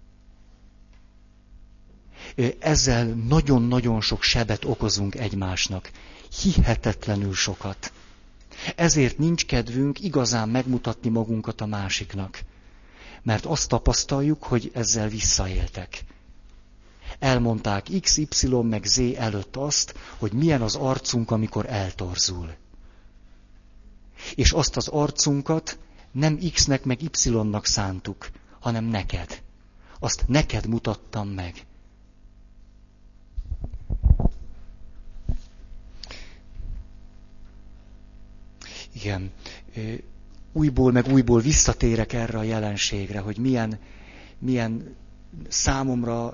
Ezzel nagyon-nagyon sok sebet okozunk egymásnak. Hihetetlenül sokat. Ezért nincs kedvünk igazán megmutatni magunkat a másiknak. Mert azt tapasztaljuk, hogy ezzel visszaéltek. Elmondták iksz, ipszilon meg zé előtt azt, hogy milyen az arcunk, amikor eltorzul. És azt az arcunkat nem X-nek meg Y-nak szántuk, hanem neked. Azt neked mutattam meg. Igen. Újból meg újból visszatérek erre a jelenségre, hogy milyen, milyen számomra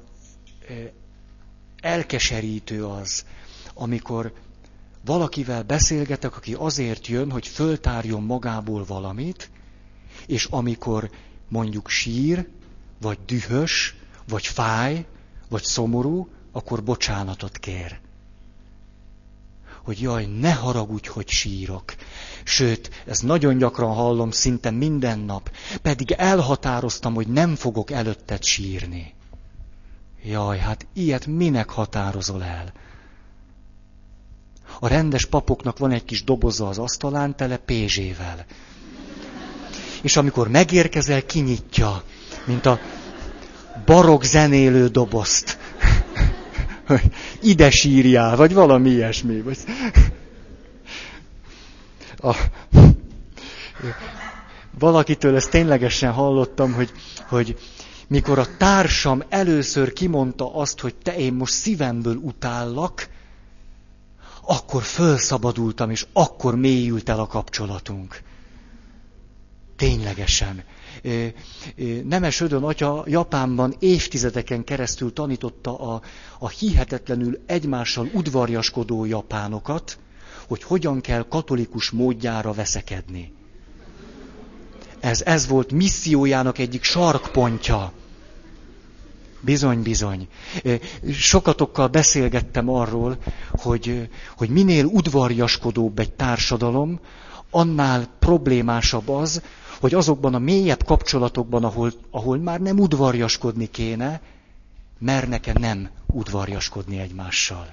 elkeserítő az, amikor valakivel beszélgetek, aki azért jön, hogy föltárjon magából valamit, és amikor mondjuk sír, vagy dühös, vagy fáj, vagy szomorú, akkor bocsánatot kér. Hogy jaj, ne haragudj, hogy sírok. Sőt, ezt nagyon gyakran hallom, szinte minden nap, pedig elhatároztam, hogy nem fogok előtted sírni. Jaj, hát ilyet minek határozol el? A rendes papoknak van egy kis doboza az asztalán, tele pézsével. És amikor megérkezel, kinyitja, mint a barokk zenélő dobozt. Ide sírjál, vagy valami ilyesmi. A... Valakitől ezt ténylegesen hallottam, hogy, hogy mikor a társam először kimondta azt, hogy te, én most szívemből utállak, akkor fölszabadultam, és akkor mélyült el a kapcsolatunk. Ténylegesen. Nemes Ödön atya Japánban évtizedeken keresztül tanította a, a hihetetlenül egymással udvarjaskodó japánokat, hogy hogyan kell katolikus módjára veszekedni. Ez, ez volt missziójának egyik sarkpontja. Bizony, bizony. Sokatokkal beszélgettem arról, hogy, hogy minél udvarjaskodóbb egy társadalom, annál problémásabb az, hogy azokban a mélyebb kapcsolatokban, ahol, ahol már nem udvarjaskodni kéne, mernek-e nem udvarjaskodni egymással.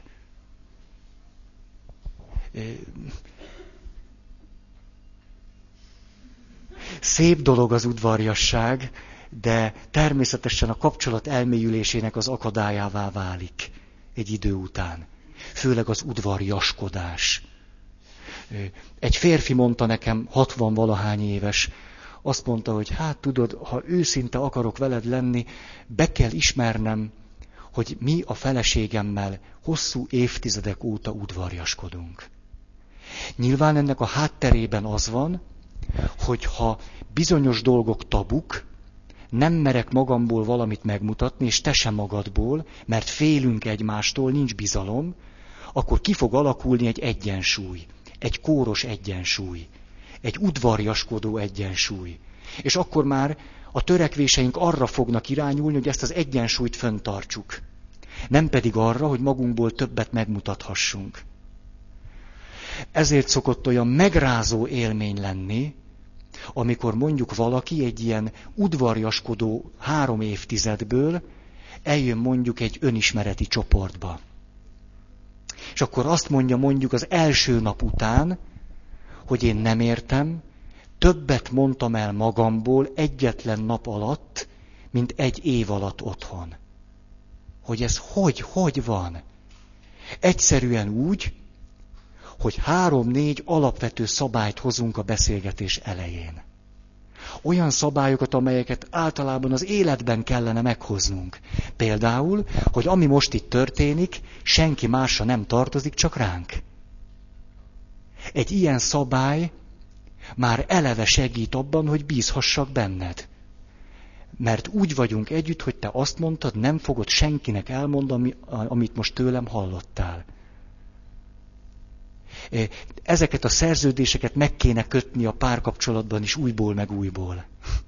Szép dolog az udvariasság, de természetesen a kapcsolat elmélyülésének az akadályává válik egy idő után. Főleg az udvariaskodás. Egy férfi mondta nekem, hatvan-valahány éves, azt mondta, hogy hát tudod, ha őszinte akarok veled lenni, be kell ismernem, hogy mi a feleségemmel hosszú évtizedek óta udvariaskodunk. Nyilván ennek a hátterében az van, hogy ha bizonyos dolgok tabuk, nem merek magamból valamit megmutatni, és te sem magadból, mert félünk egymástól, nincs bizalom, akkor ki fog alakulni egy egyensúly, egy kóros egyensúly, egy udvariaskodó egyensúly. És akkor már a törekvéseink arra fognak irányulni, hogy ezt az egyensúlyt fenntartsuk. Nem pedig arra, hogy magunkból többet megmutathassunk. Ezért szokott olyan megrázó élmény lenni, amikor mondjuk valaki egy ilyen udvariaskodó három évtizedből eljön mondjuk egy önismereti csoportba. És akkor azt mondja mondjuk az első nap után, hogy én nem értem, többet mondtam el magamból egyetlen nap alatt, mint egy év alatt otthon. Hogy ez hogy, hogy van? Egyszerűen úgy, hogy három-négy alapvető szabályt hozunk a beszélgetés elején. Olyan szabályokat, amelyeket általában az életben kellene meghoznunk. Például, hogy ami most itt történik, senki másra nem tartozik, csak ránk. Egy ilyen szabály már eleve segít abban, hogy bízhassak benned. Mert úgy vagyunk együtt, hogy te azt mondtad, nem fogod senkinek elmondani, amit most tőlem hallottál. Ezeket a szerződéseket meg kéne kötni a párkapcsolatban is újból meg újból.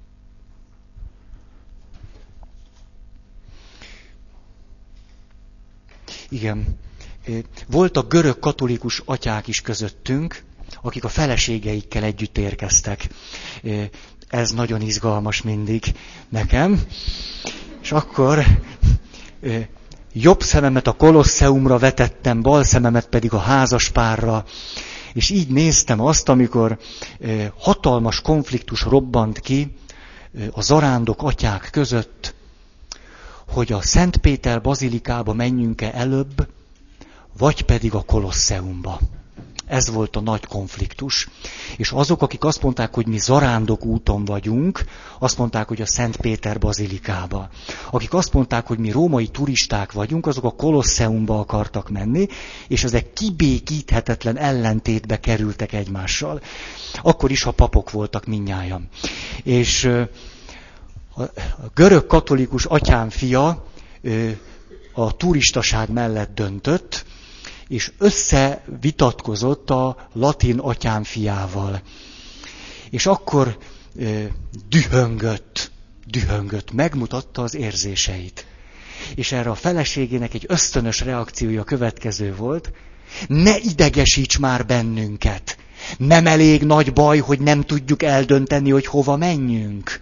Igen. Voltak görög katolikus atyák is közöttünk, akik a feleségeikkel együtt érkeztek. Ez nagyon izgalmas mindig nekem. És akkor jobb szememet a Kolosseumra vetettem, bal szememet pedig a házaspárra, és így néztem azt, amikor hatalmas konfliktus robbant ki a zarándok atyák között, hogy a Szent Péter bazilikába menjünk-e előbb, vagy pedig a Kolosseumba. Ez volt a nagy konfliktus. És azok, akik azt mondták, hogy mi zarándok úton vagyunk, azt mondták, hogy a Szent Péter bazilikába. Akik azt mondták, hogy mi római turisták vagyunk, azok a Kolosseumba akartak menni, és ezek kibékíthetetlen ellentétbe kerültek egymással. Akkor is, ha papok voltak mindnyájan. És a görög katolikus atyám fia a turistaság mellett döntött, és összevitatkozott a latin atyám fiával. És akkor ö, dühöngött, dühöngött, megmutatta az érzéseit. És erre a feleségének egy ösztönös reakciója következő volt: ne idegesíts már bennünket! Nem elég nagy baj, hogy nem tudjuk eldönteni, hogy hova menjünk.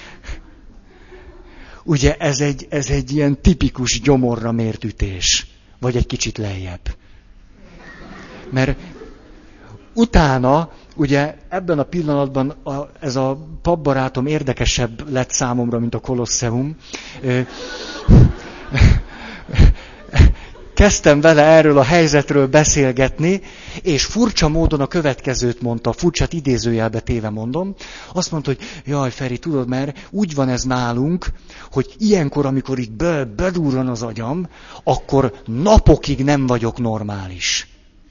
Ugye ez egy, ez egy ilyen tipikus gyomorra mért ütés, vagy egy kicsit lejjebb. Mert utána, ugye ebben a pillanatban a, ez a papbarátom érdekesebb lett számomra, mint a Kolosseum. Kezdtem vele erről a helyzetről beszélgetni, és furcsa módon a következőt mondta, furcsát idézőjelbe téve mondom. Azt mondta, hogy jaj, Feri, tudod, mert úgy van ez nálunk, hogy ilyenkor, amikor itt be, bedurran az agyam, akkor napokig nem vagyok normális.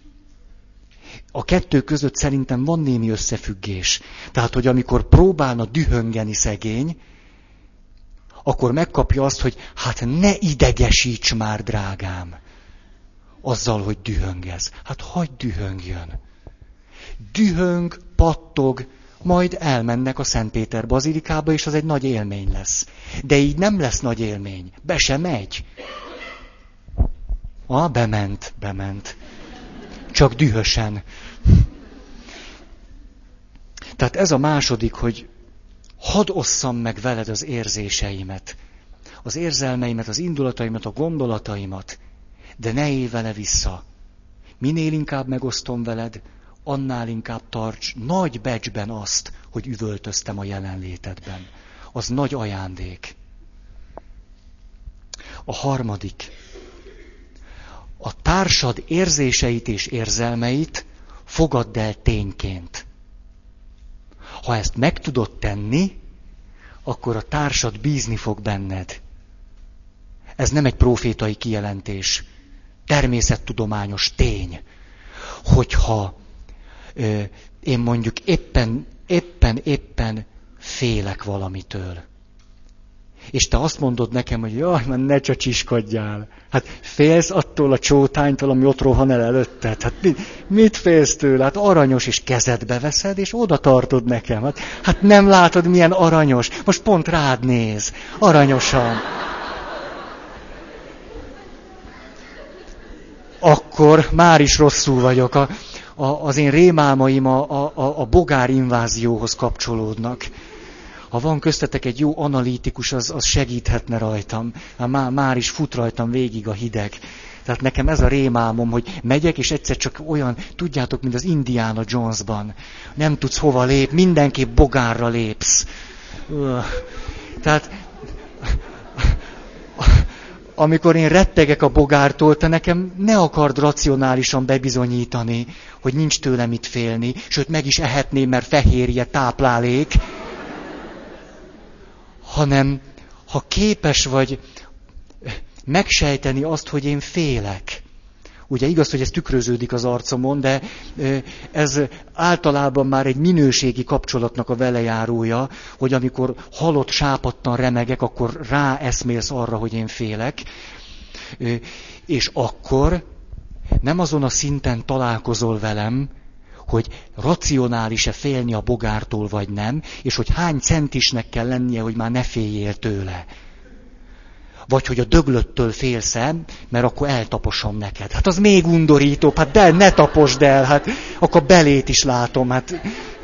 A kettő között szerintem van némi összefüggés. Tehát, hogy amikor próbálna dühöngeni szegény, akkor megkapja azt, hogy hát ne idegesíts már, drágám, azzal, hogy dühöngesz. Hát hagyd dühöngjön. Dühöng, pattog, majd elmennek a Szent Péter bazilikába, és az egy nagy élmény lesz. De így nem lesz nagy élmény. Be se megy. Ah, bement, bement. Csak dühösen. Tehát ez a második, hogy hadd osszam meg veled az érzéseimet, az érzelmeimet, az indulataimat, a gondolataimat, de ne élj vele vissza. Minél inkább megosztom veled, annál inkább tarts nagy becsben azt, hogy üvöltöztem a jelenlétedben. Az nagy ajándék. A harmadik. A társad érzéseit és érzelmeit fogadd el tényként. Ha ezt meg tudod tenni, akkor a társad bízni fog benned. Ez nem egy profétai kijelentés, természettudományos tény, hogyha ö, én mondjuk éppen, éppen, éppen félek valamitől. És te azt mondod nekem, hogy jaj, már ne csacsiskodjál. Hát félsz attól a csótánytól, ami ott rohan el előtted. Hát mit, mit félsz tőle? Hát aranyos, és kezedbe veszed, és oda tartod nekem. Hát, hát nem látod, milyen aranyos. Most pont rád néz. Aranyosan. Akkor már is rosszul vagyok. A, a, az én rémálmaim a, a, a bogár invázióhoz kapcsolódnak. Ha van köztetek egy jó analitikus, az, az segíthetne rajtam. Már, már is fut rajtam végig a hideg. Tehát nekem ez a rémálmom, hogy megyek, és egyszer csak olyan, tudjátok, mint az Indiana Jonesban. Nem tudsz hova lép, mindenképp bogárra lépsz. Tehát amikor én rettegek a bogártól, te nekem ne akard racionálisan bebizonyítani, hogy nincs tőle mit félni, sőt meg is ehetném, mert fehérje, táplálék, hanem ha képes vagy megsejteni azt, hogy én félek. Ugye igaz, hogy ez tükröződik az arcomon, de ez általában már egy minőségi kapcsolatnak a velejárója, hogy amikor halott sápadtan remegek, akkor ráeszmélsz arra, hogy én félek. És akkor nem azon a szinten találkozol velem, hogy racionális-e félni a bogártól, vagy nem, és hogy hány centisnek kell lennie, hogy már ne féljél tőle. Vagy hogy a döglöttől félsz-e, mert akkor eltaposom neked. Hát az még undorítóbb, hát de ne taposd el, hát akkor belét is látom, hát.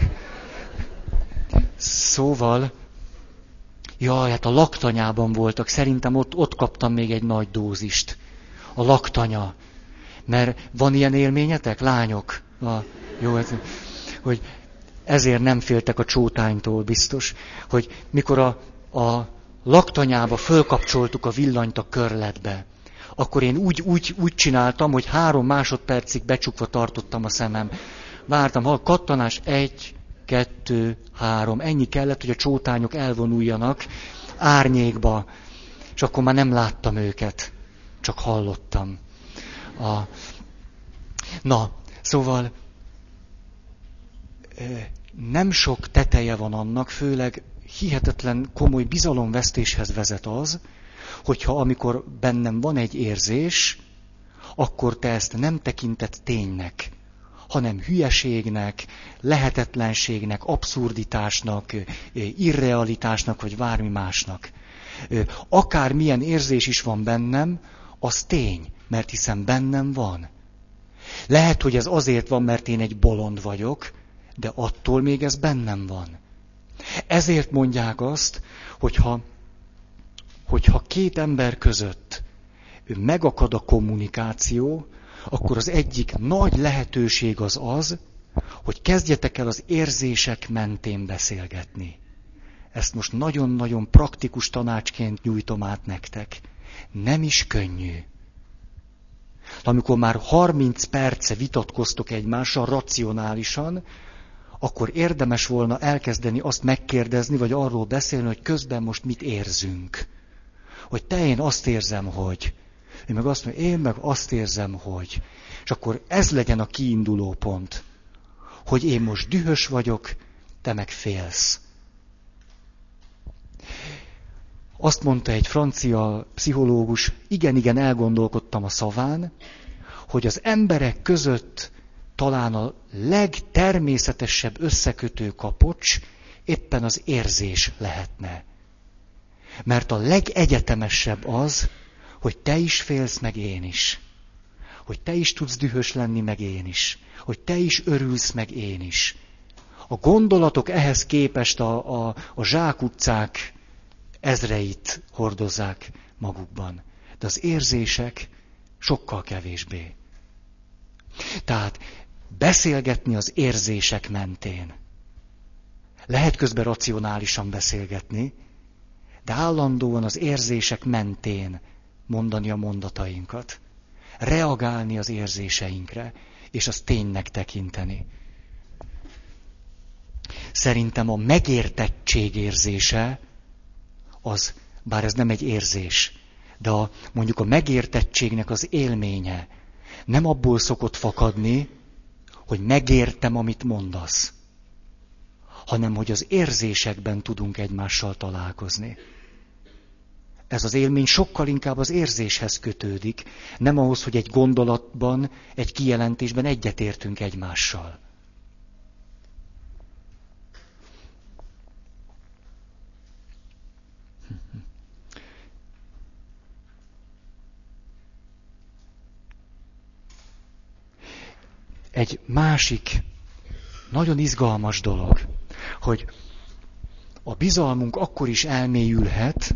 Szóval, jaj, hát a laktanyában voltak, szerintem ott, ott kaptam még egy nagy dózist. A laktanya. Mert van ilyen élményetek, lányok? A, jó, ez, hogy ezért nem féltek a csótánytól, biztos, hogy mikor a, a laktanyába fölkapcsoltuk a villanyt a körletbe, akkor én úgy, úgy, úgy csináltam, hogy három másodpercig becsukva tartottam a szemem. Vártam, ha kattanás, egy, kettő, három, ennyi kellett, hogy a csótányok elvonuljanak árnyékba, és akkor már nem láttam őket, csak hallottam. A... Na, szóval nem sok teteje van annak, főleg hihetetlen komoly bizalomvesztéshez vezet az, hogyha amikor bennem van egy érzés, akkor te ezt nem tekinted ténynek, hanem hülyeségnek, lehetetlenségnek, abszurditásnak, irrealitásnak, vagy bármi másnak. Akármilyen érzés is van bennem, az tény, mert hiszen bennem van. Lehet, hogy ez azért van, mert én egy bolond vagyok, de attól még ez bennem van. Ezért mondják azt, hogyha, hogyha két ember között megakad a kommunikáció, akkor az egyik nagy lehetőség az az, hogy kezdjetek el az érzések mentén beszélgetni. Ezt most nagyon-nagyon praktikus tanácsként nyújtom át nektek. Nem is könnyű. Amikor már harminc perce vitatkoztok egymással racionálisan, akkor érdemes volna elkezdeni azt megkérdezni, vagy arról beszélni, hogy közben most mit érzünk. Hogy te, én azt érzem, hogy... Én meg azt mondom, én meg azt érzem, hogy... És akkor ez legyen a kiinduló pont. Hogy én most dühös vagyok, te meg félsz. Azt mondta egy francia pszichológus, igen-igen elgondolkodtam a szaván, hogy az emberek között talán a legtermészetesebb összekötő kapocs éppen az érzés lehetne. Mert a legegyetemesebb az, hogy te is félsz, meg én is. Hogy te is tudsz dühös lenni, meg én is. Hogy te is örülsz, meg én is. A gondolatok ehhez képest a, a, a zsákutcák ezreit hordozzák magukban. De az érzések sokkal kevésbé. Tehát beszélgetni az érzések mentén. Lehet közben racionálisan beszélgetni, de állandóan az érzések mentén mondani a mondatainkat. Reagálni az érzéseinkre, és azt ténynek tekinteni. Szerintem a megértettség érzése az, bár ez nem egy érzés, de a, mondjuk a megértettségnek az élménye nem abból szokott fakadni, hogy megértem, amit mondasz, hanem hogy az érzésekben tudunk egymással találkozni. Ez az élmény sokkal inkább az érzéshez kötődik, nem ahhoz, hogy egy gondolatban, egy kijelentésben egyetértünk egymással. Egy másik, nagyon izgalmas dolog, hogy a bizalmunk akkor is elmélyülhet,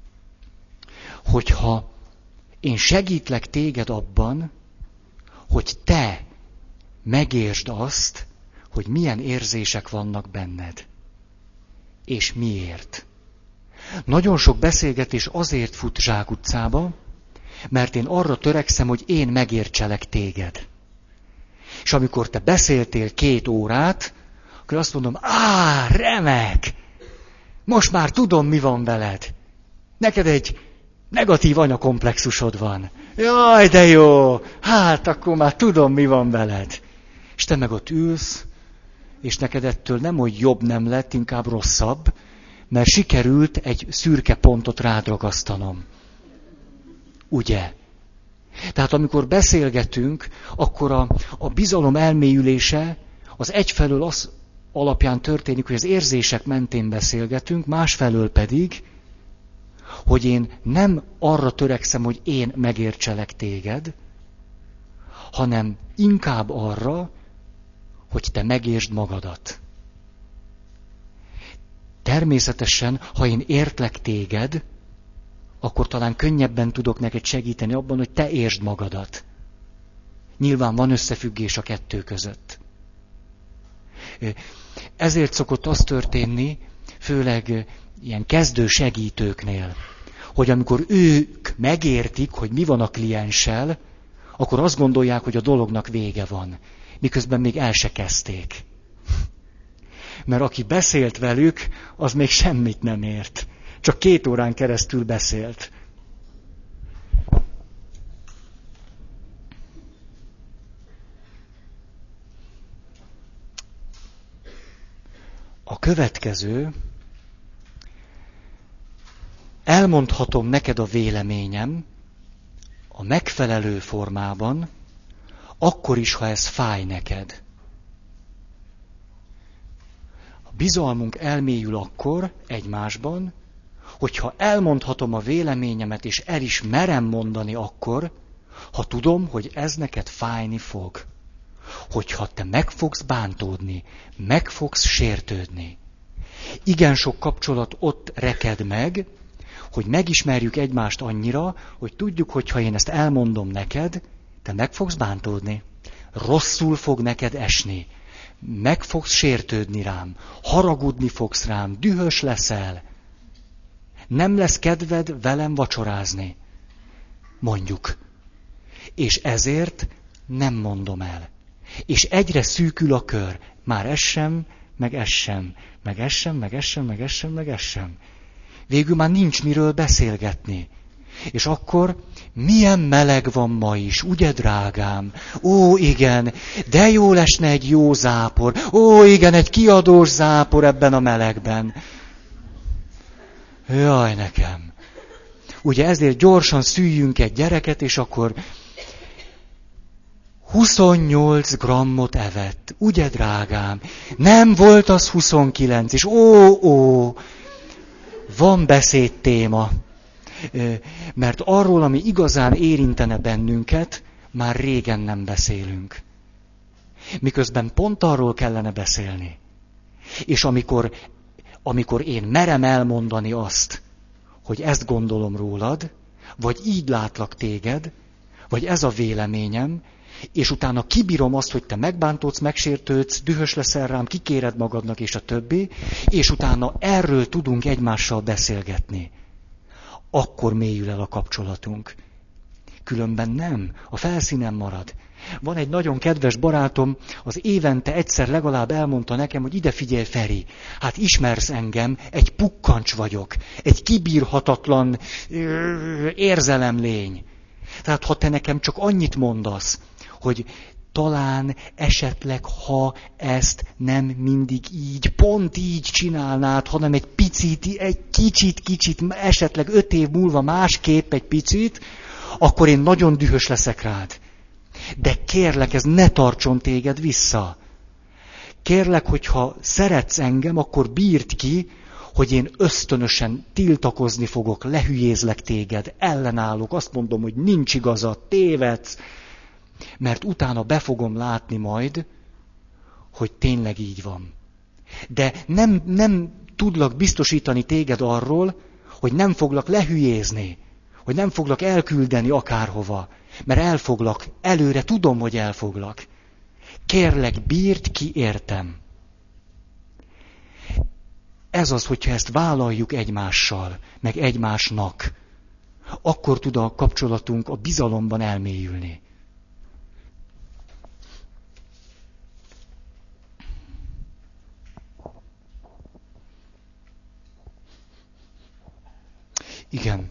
hogyha én segítlek téged abban, hogy te megértsd azt, hogy milyen érzések vannak benned. És miért. Nagyon sok beszélgetés azért fut zsákutcába, mert én arra törekszem, hogy én megértselek téged. És amikor te beszéltél két órát, akkor azt mondom, á, remek! Most már tudom, mi van veled. Neked egy negatív anyakomplexusod van. Jaj, de jó! Hát akkor már tudom, mi van veled. És te meg ott ülsz, és neked ettől nem, hogy jobb nem lett, inkább rosszabb, mert sikerült egy szürke pontot rád ragasztanom. Ugye? Tehát amikor beszélgetünk, akkor a, a bizalom elmélyülése az egyfelől az alapján történik, hogy az érzések mentén beszélgetünk, másfelől pedig, hogy én nem arra törekszem, hogy én megértselek téged, hanem inkább arra, hogy te megértsd magadat. Természetesen, ha én értlek téged, akkor talán könnyebben tudok neked segíteni abban, hogy te értsd magadat. Nyilván van összefüggés a kettő között. Ezért szokott az történni, főleg ilyen kezdő segítőknél, hogy amikor ők megértik, hogy mi van a klienssel, akkor azt gondolják, hogy a dolognak vége van, miközben még el se kezdték. Mert aki beszélt velük, az még semmit nem ért. Csak két órán keresztül beszélt. A következő, elmondhatom neked a véleményem a megfelelő formában, akkor is, ha ez fáj neked. A bizalmunk elmélyül akkor egymásban, hogyha elmondhatom a véleményemet, és el is merem mondani akkor, ha tudom, hogy ez neked fájni fog. Hogyha te meg fogsz bántódni, meg fogsz sértődni. Igen sok kapcsolat ott reked meg, hogy megismerjük egymást annyira, hogy tudjuk, hogy ha én ezt elmondom neked, te meg fogsz bántódni. Rosszul fog neked esni. Meg fogsz sértődni rám. Haragudni fogsz rám. Dühös leszel. Nem lesz kedved velem vacsorázni. Mondjuk. És ezért nem mondom el. És egyre szűkül a kör. Már ez sem, meg ez sem. Meg ez sem, meg ez sem, meg ez sem, meg ez sem. Végül már nincs miről beszélgetni. És akkor milyen meleg van ma is, ugye drágám? Ó, igen, de jó lesne egy jó zápor. Ó, igen, egy kiadós zápor ebben a melegben. Jaj, nekem. Ugye ezért gyorsan szüljünk egy gyereket, és akkor huszonnyolc grammot evett. Ugye, drágám? Nem volt az huszonkilenc, és ó, ó, van beszédtéma. Mert arról, ami igazán érintene bennünket, már régen nem beszélünk. Miközben pont arról kellene beszélni. És amikor, amikor én merem elmondani azt, hogy ezt gondolom rólad, vagy így látlak téged, vagy ez a véleményem, és utána kibírom azt, hogy te megbántódsz, megsértődsz, dühös leszel rám, kikéred magadnak, és a többi, és utána erről tudunk egymással beszélgetni. Akkor mélyül el a kapcsolatunk. Különben nem, a felszínen marad. Van egy nagyon kedves barátom, az évente egyszer legalább elmondta nekem, hogy ide figyelj, Feri, hát ismersz engem, egy pukkancs vagyok, egy kibírhatatlan érzelemlény. Tehát ha te nekem csak annyit mondasz, hogy talán esetleg, ha ezt nem mindig így, pont így csinálnád, hanem egy picit, egy kicsit, kicsit, esetleg öt év múlva másképp egy picit, akkor én nagyon dühös leszek rád. De kérlek, ez ne tartson téged vissza. Kérlek, hogyha szeretsz engem, akkor bírd ki, hogy én ösztönösen tiltakozni fogok, lehülyézlek téged, ellenállok, azt mondom, hogy nincs igazad, tévedsz, mert utána be fogom látni majd, hogy tényleg így van. De nem, nem tudlak biztosítani téged arról, hogy nem foglak lehülyézni, hogy nem foglak elküldeni akárhova, mert elfoglak, előre tudom, hogy elfoglak. Kérlek, bírd ki, értem. Ez az, hogyha ezt vállaljuk egymással, meg egymásnak, akkor tud a kapcsolatunk a bizalomban elmélyülni. Igen.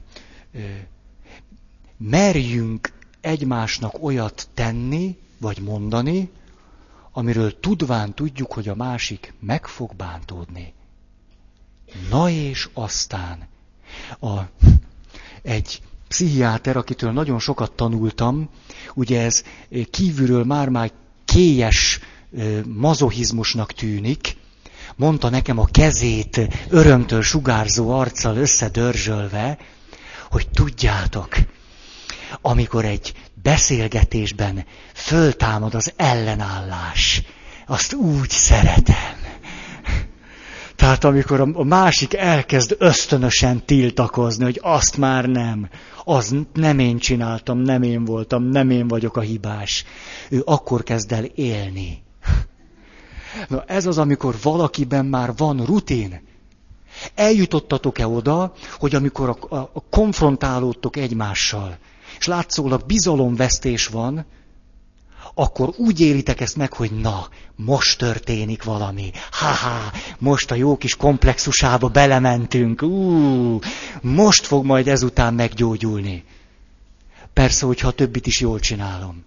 Merjünk egymásnak olyat tenni, vagy mondani, amiről tudván tudjuk, hogy a másik meg fog bántódni. Na és aztán a, egy pszichiáter, akitől nagyon sokat tanultam, ugye ez kívülről már-már kélyes mazochizmusnak tűnik, mondta nekem a kezét örömtől sugárzó arccal összedörzsölve, hogy tudjátok, amikor egy beszélgetésben föltámad az ellenállás, azt úgy szeretem. Tehát amikor a másik elkezd ösztönösen tiltakozni, hogy azt már nem, az nem én csináltam, nem én voltam, nem én vagyok a hibás. Ő akkor kezd el élni. Na ez az, amikor valakiben már van rutin. Eljutottatok-e oda, hogy amikor a, a, a konfrontálódtok egymással, és látszólag bizalomvesztés van, akkor úgy élitek ezt meg, hogy na, most történik valami. Ha-ha, most a jó kis komplexusába belementünk. Ú, most fog majd ezután meggyógyulni. Persze, hogyha a többit is jól csinálom.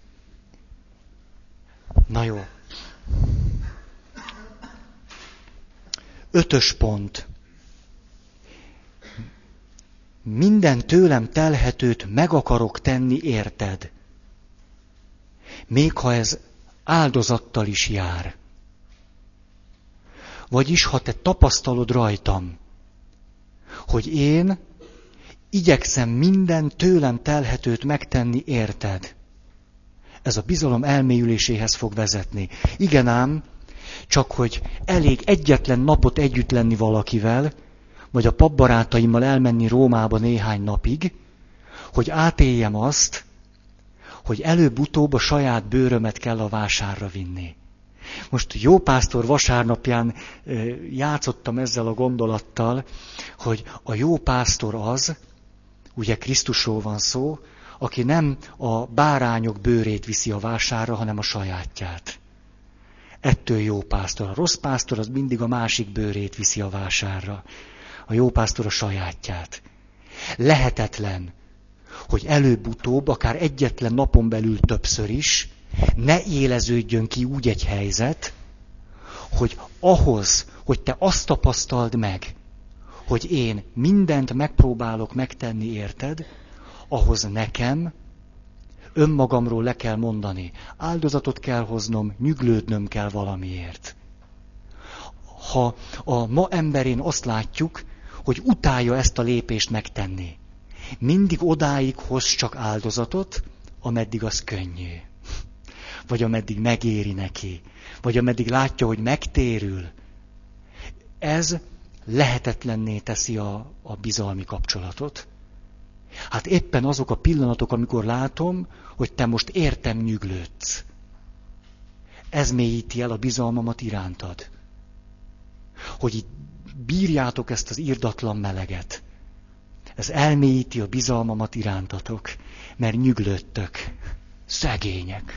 Na jó. Ötös pont. Minden tőlem telhetőt meg akarok tenni, érted? Még ha ez áldozattal is jár. Vagyis, ha te tapasztalod rajtam, hogy én igyekszem minden tőlem telhetőt megtenni, érted? Ez a bizalom elmélyüléséhez fog vezetni. Igen ám, csak hogy elég egyetlen napot együtt lenni valakivel, vagy a papbarátaimmal elmenni Rómába néhány napig, hogy átéljem azt, hogy előbb-utóbb a saját bőrömet kell a vásárra vinni. Most jó pásztor vasárnapján játszottam ezzel a gondolattal, hogy a jó pásztor az, ugye Krisztusról van szó, aki nem a bárányok bőrét viszi a vásárra, hanem a sajátját. Ettől jó pásztor. A rossz pásztor az mindig a másik bőrét viszi a vásárra. A jó pásztor a sajátját. Lehetetlen, hogy előbb-utóbb, akár egyetlen napon belül többször is, ne éleződjön ki úgy egy helyzet, hogy ahhoz, hogy te azt tapasztald meg, hogy én mindent megpróbálok megtenni, érted, ahhoz nekem önmagamról le kell mondani. Áldozatot kell hoznom, nyüglődnöm kell valamiért. Ha a ma emberén azt látjuk, hogy utálja ezt a lépést megtenni, mindig odáig hoz csak áldozatot, ameddig az könnyű. Vagy ameddig megéri neki. Vagy ameddig látja, hogy megtérül. Ez lehetetlenné teszi a, a bizalmi kapcsolatot. Hát éppen azok a pillanatok, amikor látom, hogy te most értem nyüglődsz. Ez mélyíti el a bizalmamat irántad. Hogy így bírjátok ezt az irdatlan meleget. Ez elmélyíti a bizalmamat irántatok, mert nyüglődtök. Szegények.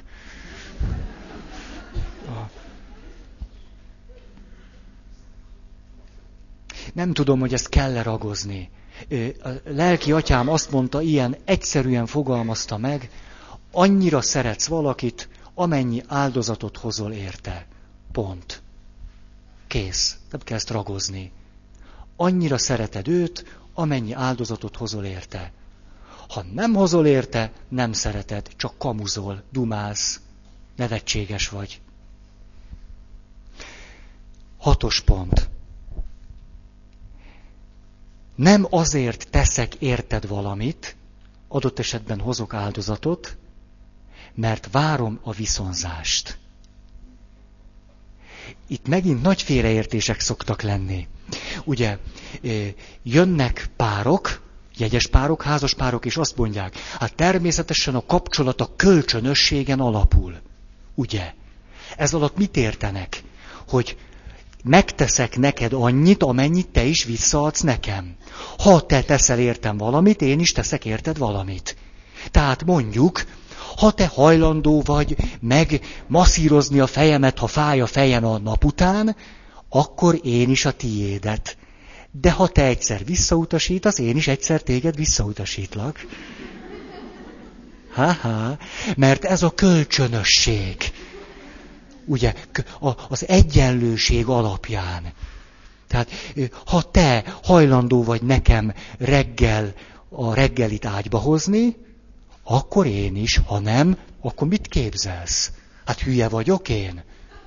Nem tudom, hogy ezt kell-e ragozni. A lelki atyám azt mondta, ilyen egyszerűen fogalmazta meg, annyira szeretsz valakit, amennyi áldozatot hozol érte. Pont. Kész. Nem kell ezt ragozni. Annyira szereted őt, amennyi áldozatot hozol érte. Ha nem hozol érte, nem szereted, csak kamuzol, dumálsz, nevetséges vagy. Hatos pont. Nem azért teszek érted valamit, adott esetben hozok áldozatot, mert várom a viszonzást. Itt megint nagy félreértések szoktak lenni. Ugye, jönnek párok, jegyes párok, házas párok, és azt mondják, hát természetesen a kapcsolat a kölcsönösségen alapul. Ugye? Ez alatt mit értenek? Hogy megteszek neked annyit, amennyit te is visszaadsz nekem. Ha te teszel értem valamit, én is teszek érted valamit. Tehát mondjuk, ha te hajlandó vagy meg masszírozni a fejemet, ha fáj a fejem a nap után, akkor én is a tiédet. De ha te egyszer visszautasítasz, én is egyszer téged visszautasítlak. Ha-ha, mert ez a kölcsönösség. Ugye, az egyenlőség alapján. Tehát, ha te hajlandó vagy nekem reggel a reggelit ágyba hozni, akkor én is, ha nem, akkor mit képzelsz? Hát hülye vagyok én?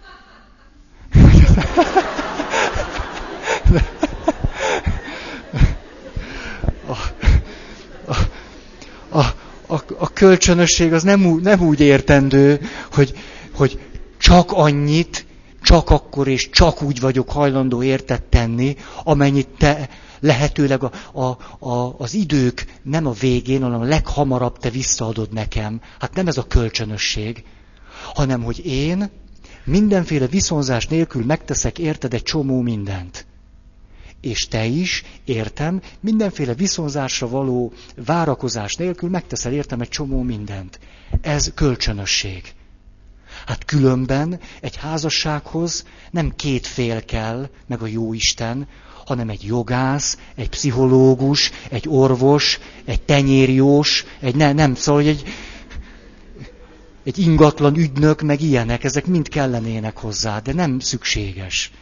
A, a, a, a, a kölcsönösség az nem, úgy, nem úgy értendő, hogy, hogy csak annyit, csak akkor és csak úgy vagyok hajlandó érted tenni, amennyit te lehetőleg a, a, a, az idők nem a végén, hanem a leghamarabb te visszaadod nekem. Hát nem ez a kölcsönösség, hanem hogy én mindenféle viszonzás nélkül megteszek érted egy csomó mindent. És te is, értem, mindenféle viszonzásra való várakozás nélkül megteszel értem egy csomó mindent. Ez kölcsönösség. Hát különben egy házassághoz nem két fél kell, meg a jóisten, hanem egy jogász, egy pszichológus, egy orvos, egy tenyérjós, egy ne, nem, szóval egy, egy ingatlan ügynök, meg ilyenek, ezek mind kellenének hozzá, de nem szükséges.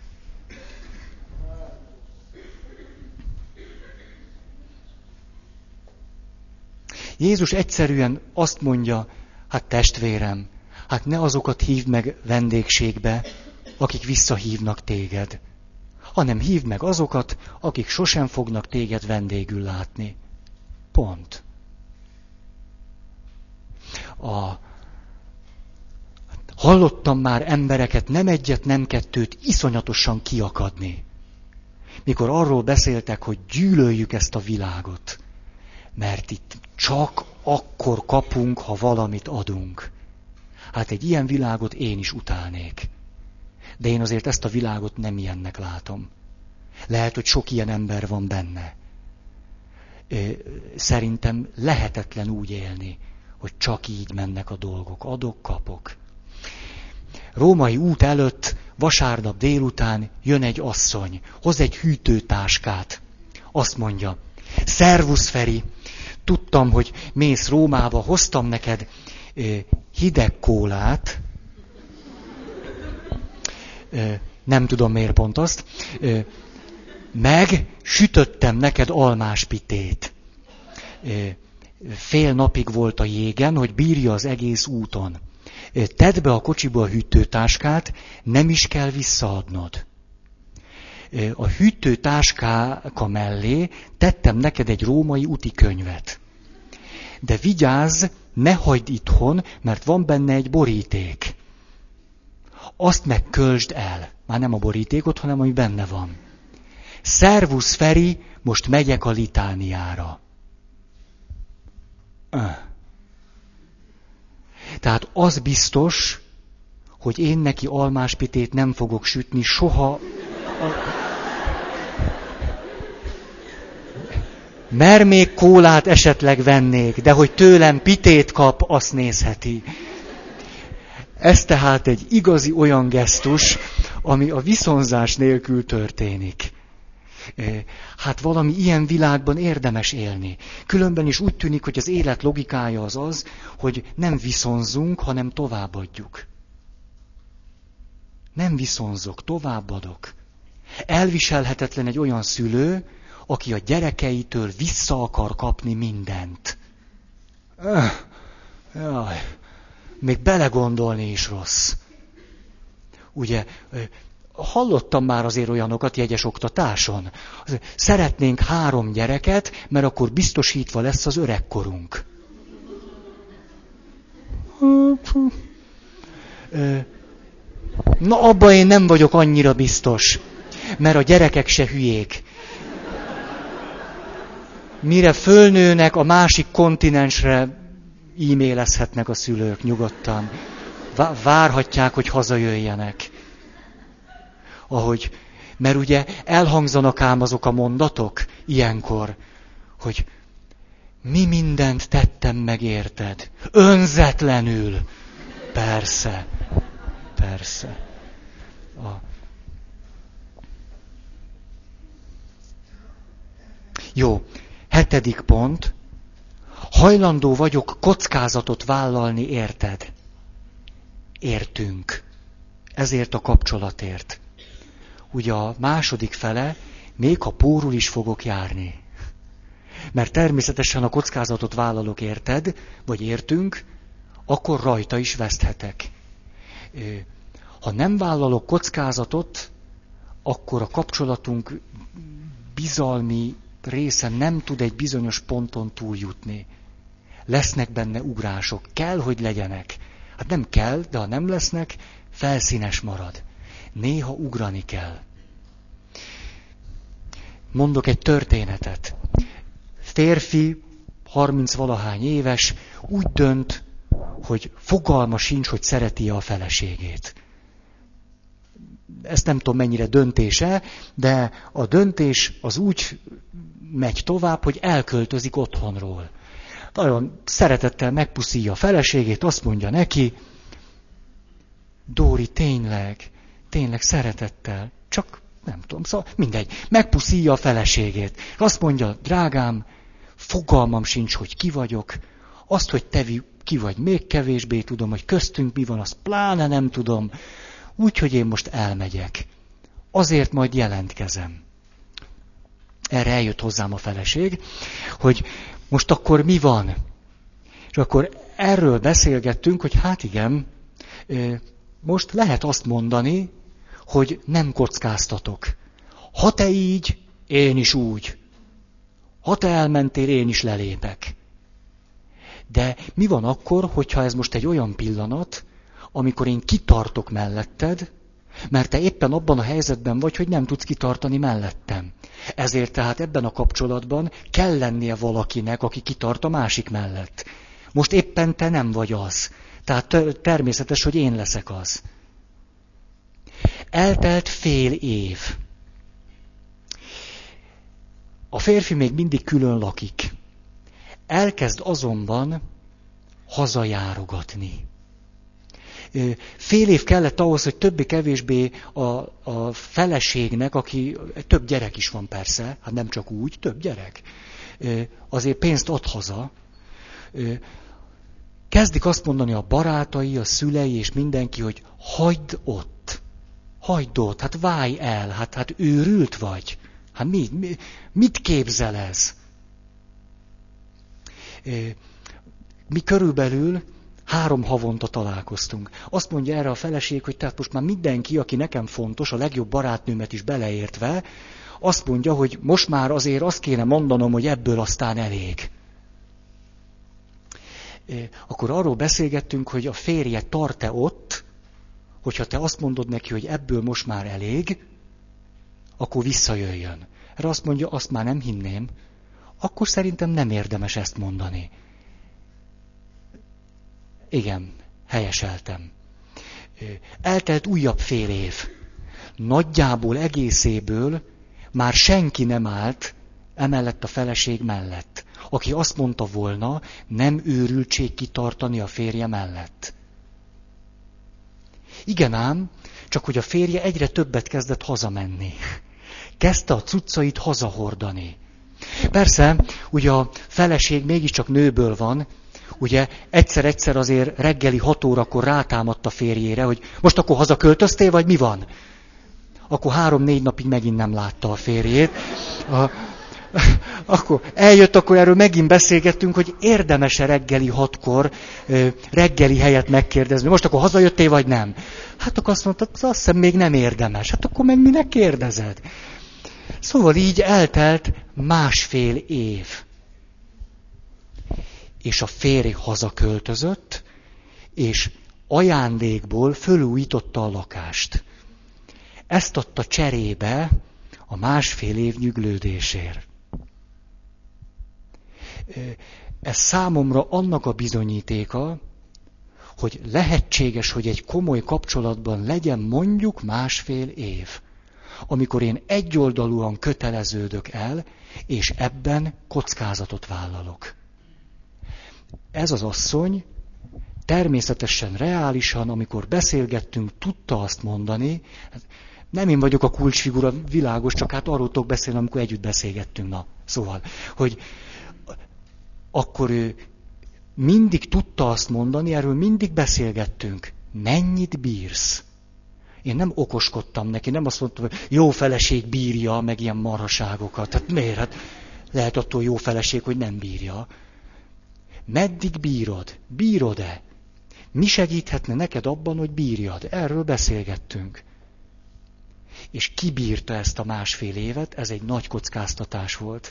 Jézus egyszerűen azt mondja, hát testvérem, hát ne azokat hívd meg vendégségbe, akik visszahívnak téged, hanem hívd meg azokat, akik sosem fognak téged vendégül látni. Pont. A... Hallottam már embereket nem egyet, nem kettőt iszonyatosan kiakadni. Mikor arról beszéltek, hogy gyűlöljük ezt a világot, mert itt csak akkor kapunk, ha valamit adunk. Hát egy ilyen világot én is utálnék. De én azért ezt a világot nem ilyennek látom. Lehet, hogy sok ilyen ember van benne. Szerintem lehetetlen úgy élni, hogy csak így mennek a dolgok. Adok, kapok. Római út előtt vasárnap délután jön egy asszony, hoz egy hűtőtáskát. Azt mondja, szervusz Feri, tudtam, hogy mész Rómába, hoztam neked hideg kólát, nem tudom miért pont azt, meg sütöttem neked almáspitét. Fél napig volt a jégen, hogy bírja az egész úton. Tedd be a kocsiba a hűtőtáskát, nem is kell visszaadnod. A hűtőtáskáka mellé tettem neked egy római úti könyvet. De vigyázz, ne hagyd itthon, mert van benne egy boríték. Azt meg költsd el. Már nem a borítékot, hanem ami benne van. Szervusz Feri, most megyek a litániára. Tehát az biztos, hogy én neki almáspitét nem fogok sütni soha. Mert még kólát esetleg vennék, de hogy tőlem pitét kap, azt nézheti. Ez tehát egy igazi olyan gesztus, ami a viszonzás nélkül történik. Hát valami ilyen világban érdemes élni. Különben is úgy tűnik, hogy az élet logikája az az, hogy nem viszonzunk, hanem továbbadjuk. Nem viszonzok, továbbadok. Elviselhetetlen egy olyan szülő, aki a gyerekeitől vissza akar kapni mindent. Öh, jaj, még belegondolni is rossz. Ugye, hallottam már azért olyanokat jegyes oktatáson. Szeretnénk három gyereket, mert akkor biztosítva lesz az öregkorunk. Na, abban én nem vagyok annyira biztos, mert a gyerekek se hülyék. Mire fölnőnek, a másik kontinensre e-mailezhetnek a szülők nyugodtan. Várhatják, hogy hazajöjjenek. Ahogy, mert ugye elhangzanak ám azok a mondatok ilyenkor, hogy mi mindent tettem meg érted. Önzetlenül. Persze. Persze. A... Jó. Hetedik pont. Hajlandó vagyok kockázatot vállalni, érted? Értünk. Ezért a kapcsolatért. Ugye a második fele, még ha pórul is fogok járni. Mert természetesen a kockázatot vállalok, érted, vagy értünk, akkor rajta is veszthetek. Ha nem vállalok kockázatot, akkor a kapcsolatunk bizalmi része nem tud egy bizonyos ponton túljutni. Lesznek benne ugrások. Kell, hogy legyenek. Hát nem kell, de ha nem lesznek, felszínes marad. Néha ugrani kell. Mondok egy történetet. Férfi, harmincvalahány éves, úgy dönt, hogy fogalma sincs, hogy szereti a feleségét. Ezt nem tudom mennyire döntése, de a döntés az úgy megy tovább, hogy elköltözik otthonról. Nagyon szeretettel megpuszíja a feleségét, azt mondja neki, Dóri, tényleg, tényleg szeretettel, csak nem tudom, szóval mindegy, megpuszíja a feleségét. Azt mondja, drágám, fogalmam sincs, hogy ki vagyok, azt, hogy te ki vagy, még kevésbé tudom, hogy köztünk mi van, azt pláne nem tudom, úgyhogy én most elmegyek. Azért majd jelentkezem. Erre eljött hozzám a feleség, hogy most akkor mi van? És akkor erről beszélgettünk, hogy hát igen, most lehet azt mondani, hogy nem kockáztatok. Ha te így, én is úgy. Ha te elmentél, én is lelépek. De mi van akkor, hogyha ez most egy olyan pillanat, amikor én kitartok melletted, mert te éppen abban a helyzetben vagy, hogy nem tudsz kitartani mellettem. Ezért tehát ebben a kapcsolatban kell lennie valakinek, aki kitart a másik mellett. Most éppen te nem vagy az. Tehát természetes, hogy én leszek az. Eltelt fél év. A férfi még mindig külön lakik. Elkezd azonban hazajárogatni. Fél év kellett ahhoz, hogy többé-kevésbé a, a feleségnek, aki több gyerek is van persze, hát nem csak úgy, több gyerek, azért pénzt ad haza. Kezdik azt mondani a barátai, a szülei és mindenki, hogy hagyd ott, hagyd ott, hát válj el, hát, hát őrült vagy. Hát mi, mi, mit képzel ez? Mi körülbelül három havonta találkoztunk. Azt mondja erre a feleség, hogy tehát most már mindenki, aki nekem fontos, a legjobb barátnőmet is beleértve, azt mondja, hogy most már azért azt kéne mondanom, hogy ebből aztán elég. Akkor arról beszélgettünk, hogy a férje tart-e ott, hogyha te azt mondod neki, hogy ebből most már elég, akkor visszajöjjön. Erre azt mondja, azt már nem hinném, akkor szerintem nem érdemes ezt mondani. igen, helyeseltem. Eltelt újabb fél év. Nagyjából egészéből már senki nem állt emellett a feleség mellett, aki azt mondta volna, nem őrültség kitartani a férje mellett. Igen ám, csak hogy a férje egyre többet kezdett hazamenni. Kezdte a cuccait hazahordani. Persze, ugye a feleség mégiscsak nőből van, ugye egyszer-egyszer azért reggeli hat órakor rátámadt a férjére, hogy most akkor hazaköltöztél, vagy mi van? Akkor három-négy napig megint nem látta a férjét. A, akkor eljött, akkor erről megint beszélgettünk, hogy érdemes-e reggeli hatkor reggeli helyet megkérdezni. Most akkor hazajöttél, vagy nem? Hát akkor azt mondta, azt hiszem még nem érdemes. Hát akkor meg minek kérdezed? Szóval így eltelt másfél év. És a férj hazaköltözött, és ajándékból fölújította a lakást. Ezt adta cserébe a másfél év nyüglődésért. Ez számomra annak a bizonyítéka, hogy lehetséges, hogy egy komoly kapcsolatban legyen mondjuk másfél év, amikor én egyoldalúan köteleződök el, és ebben kockázatot vállalok. Ez az asszony természetesen, reálisan, amikor beszélgettünk, tudta azt mondani, nem én vagyok a kulcsfigura, világos, csak hát arról tudok beszélni, amikor együtt beszélgettünk. Na, szóval, hogy akkor ő mindig tudta azt mondani, erről mindig beszélgettünk. Mennyit bírsz? Én nem okoskodtam neki, nem azt mondtam, hogy jó feleség bírja, meg ilyen marhaságokat. Hát miért? Hát lehet attól jó feleség, hogy nem bírja. Meddig bírod? Bírod-e? Mi segíthetne neked abban, hogy bírjad? Erről beszélgettünk. És kibírta ezt a másfél évet, ez egy nagy kockáztatás volt.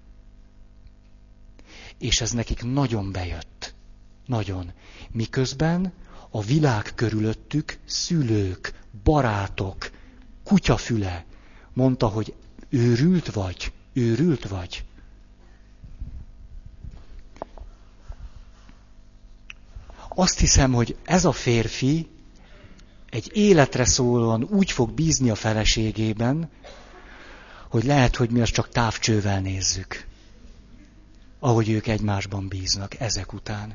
És ez nekik nagyon bejött. Nagyon. Miközben a világ körülöttük szülők, barátok, kutyafüle mondta, hogy őrült vagy, őrült vagy. Azt hiszem, hogy ez a férfi egy életre szólóan úgy fog bízni a feleségében, hogy lehet, hogy mi azt csak távcsővel nézzük. Ahogy ők egymásban bíznak ezek után.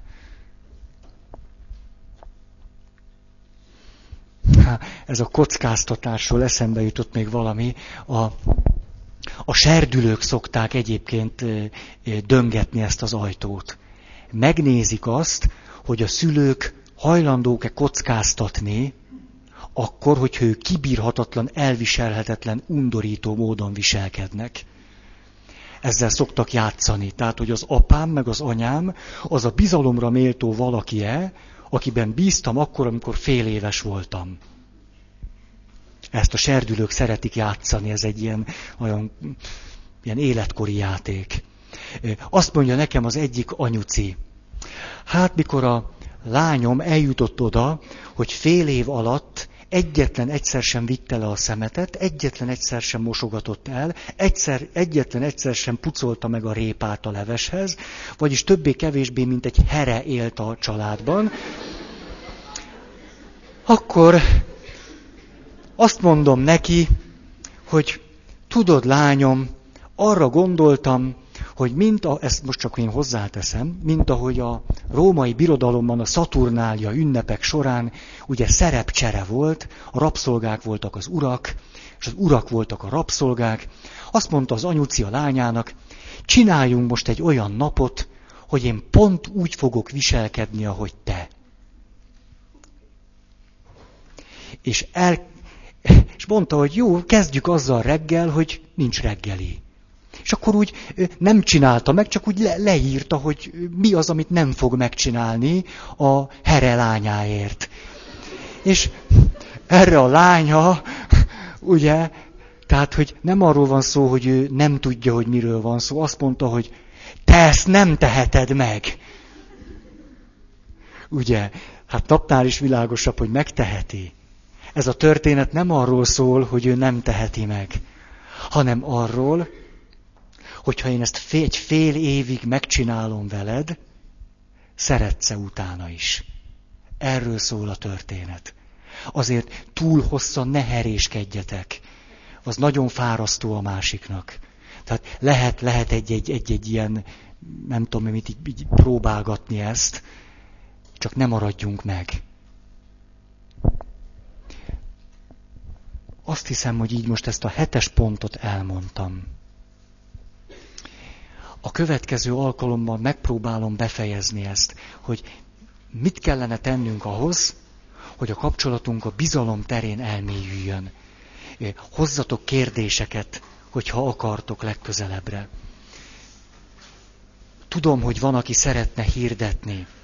Há, ez a kockáztatásról eszembe jutott még valami. A, a serdülők szokták egyébként döngetni ezt az ajtót. Megnézik azt, hogy a szülők hajlandók-e kockáztatni, akkor, hogyha ők kibírhatatlan, elviselhetetlen, undorító módon viselkednek. Ezzel szoktak játszani. Tehát, hogy az apám meg az anyám az a bizalomra méltó valaki-e, akiben bíztam akkor, amikor fél éves voltam. Ezt a serdülők szeretik játszani, ez egy ilyen, olyan, ilyen életkori játék. Azt mondja nekem az egyik anyuci. Hát mikor a lányom eljutott oda, hogy fél év alatt egyetlen egyszer sem vitte le a szemetet, egyetlen egyszer sem mosogatott el, egyszer, egyetlen egyszer sem pucolta meg a répát a leveshez, vagyis többé-kevésbé, mint egy here élt a családban, akkor azt mondom neki, hogy tudod, lányom, arra gondoltam, hogy mint a, ezt most csak én hozzáteszem, mint ahogy a római birodalomban a Szaturnália ünnepek során ugye szerepcsere volt, a rabszolgák voltak az urak, és az urak voltak a rabszolgák. Azt mondta az anyuci a lányának, csináljunk most egy olyan napot, hogy én pont úgy fogok viselkedni, ahogy te. És, el, és mondta, hogy jó, kezdjük azzal reggel, hogy nincs reggeli. És akkor úgy nem csinálta meg, csak úgy le, leírta, hogy mi az, amit nem fog megcsinálni a here lányáért. És erre a lánya, ugye, tehát, hogy nem arról van szó, hogy ő nem tudja, hogy miről van szó. Azt mondta, hogy te ezt nem teheted meg. Ugye, hát napnál is világosabb, hogy megteheti. Ez a történet nem arról szól, hogy ő nem teheti meg, hanem arról, hogyha én ezt fél, egy fél évig megcsinálom veled, szeretsz-e utána is. Erről szól a történet. Azért túl hosszan ne heréskedjetek. Az nagyon fárasztó a másiknak. Tehát lehet, lehet egy-egy, egy-egy ilyen, nem tudom, mit így, így próbálgatni ezt, csak ne maradjunk meg. Azt hiszem, hogy így most ezt a hetes pontot elmondtam. A következő alkalommal megpróbálom befejezni ezt, hogy mit kellene tennünk ahhoz, hogy a kapcsolatunk a bizalom terén elmélyüljön. Hozzatok kérdéseket, hogyha akartok legközelebbre. Tudom, hogy van, aki szeretne hirdetni.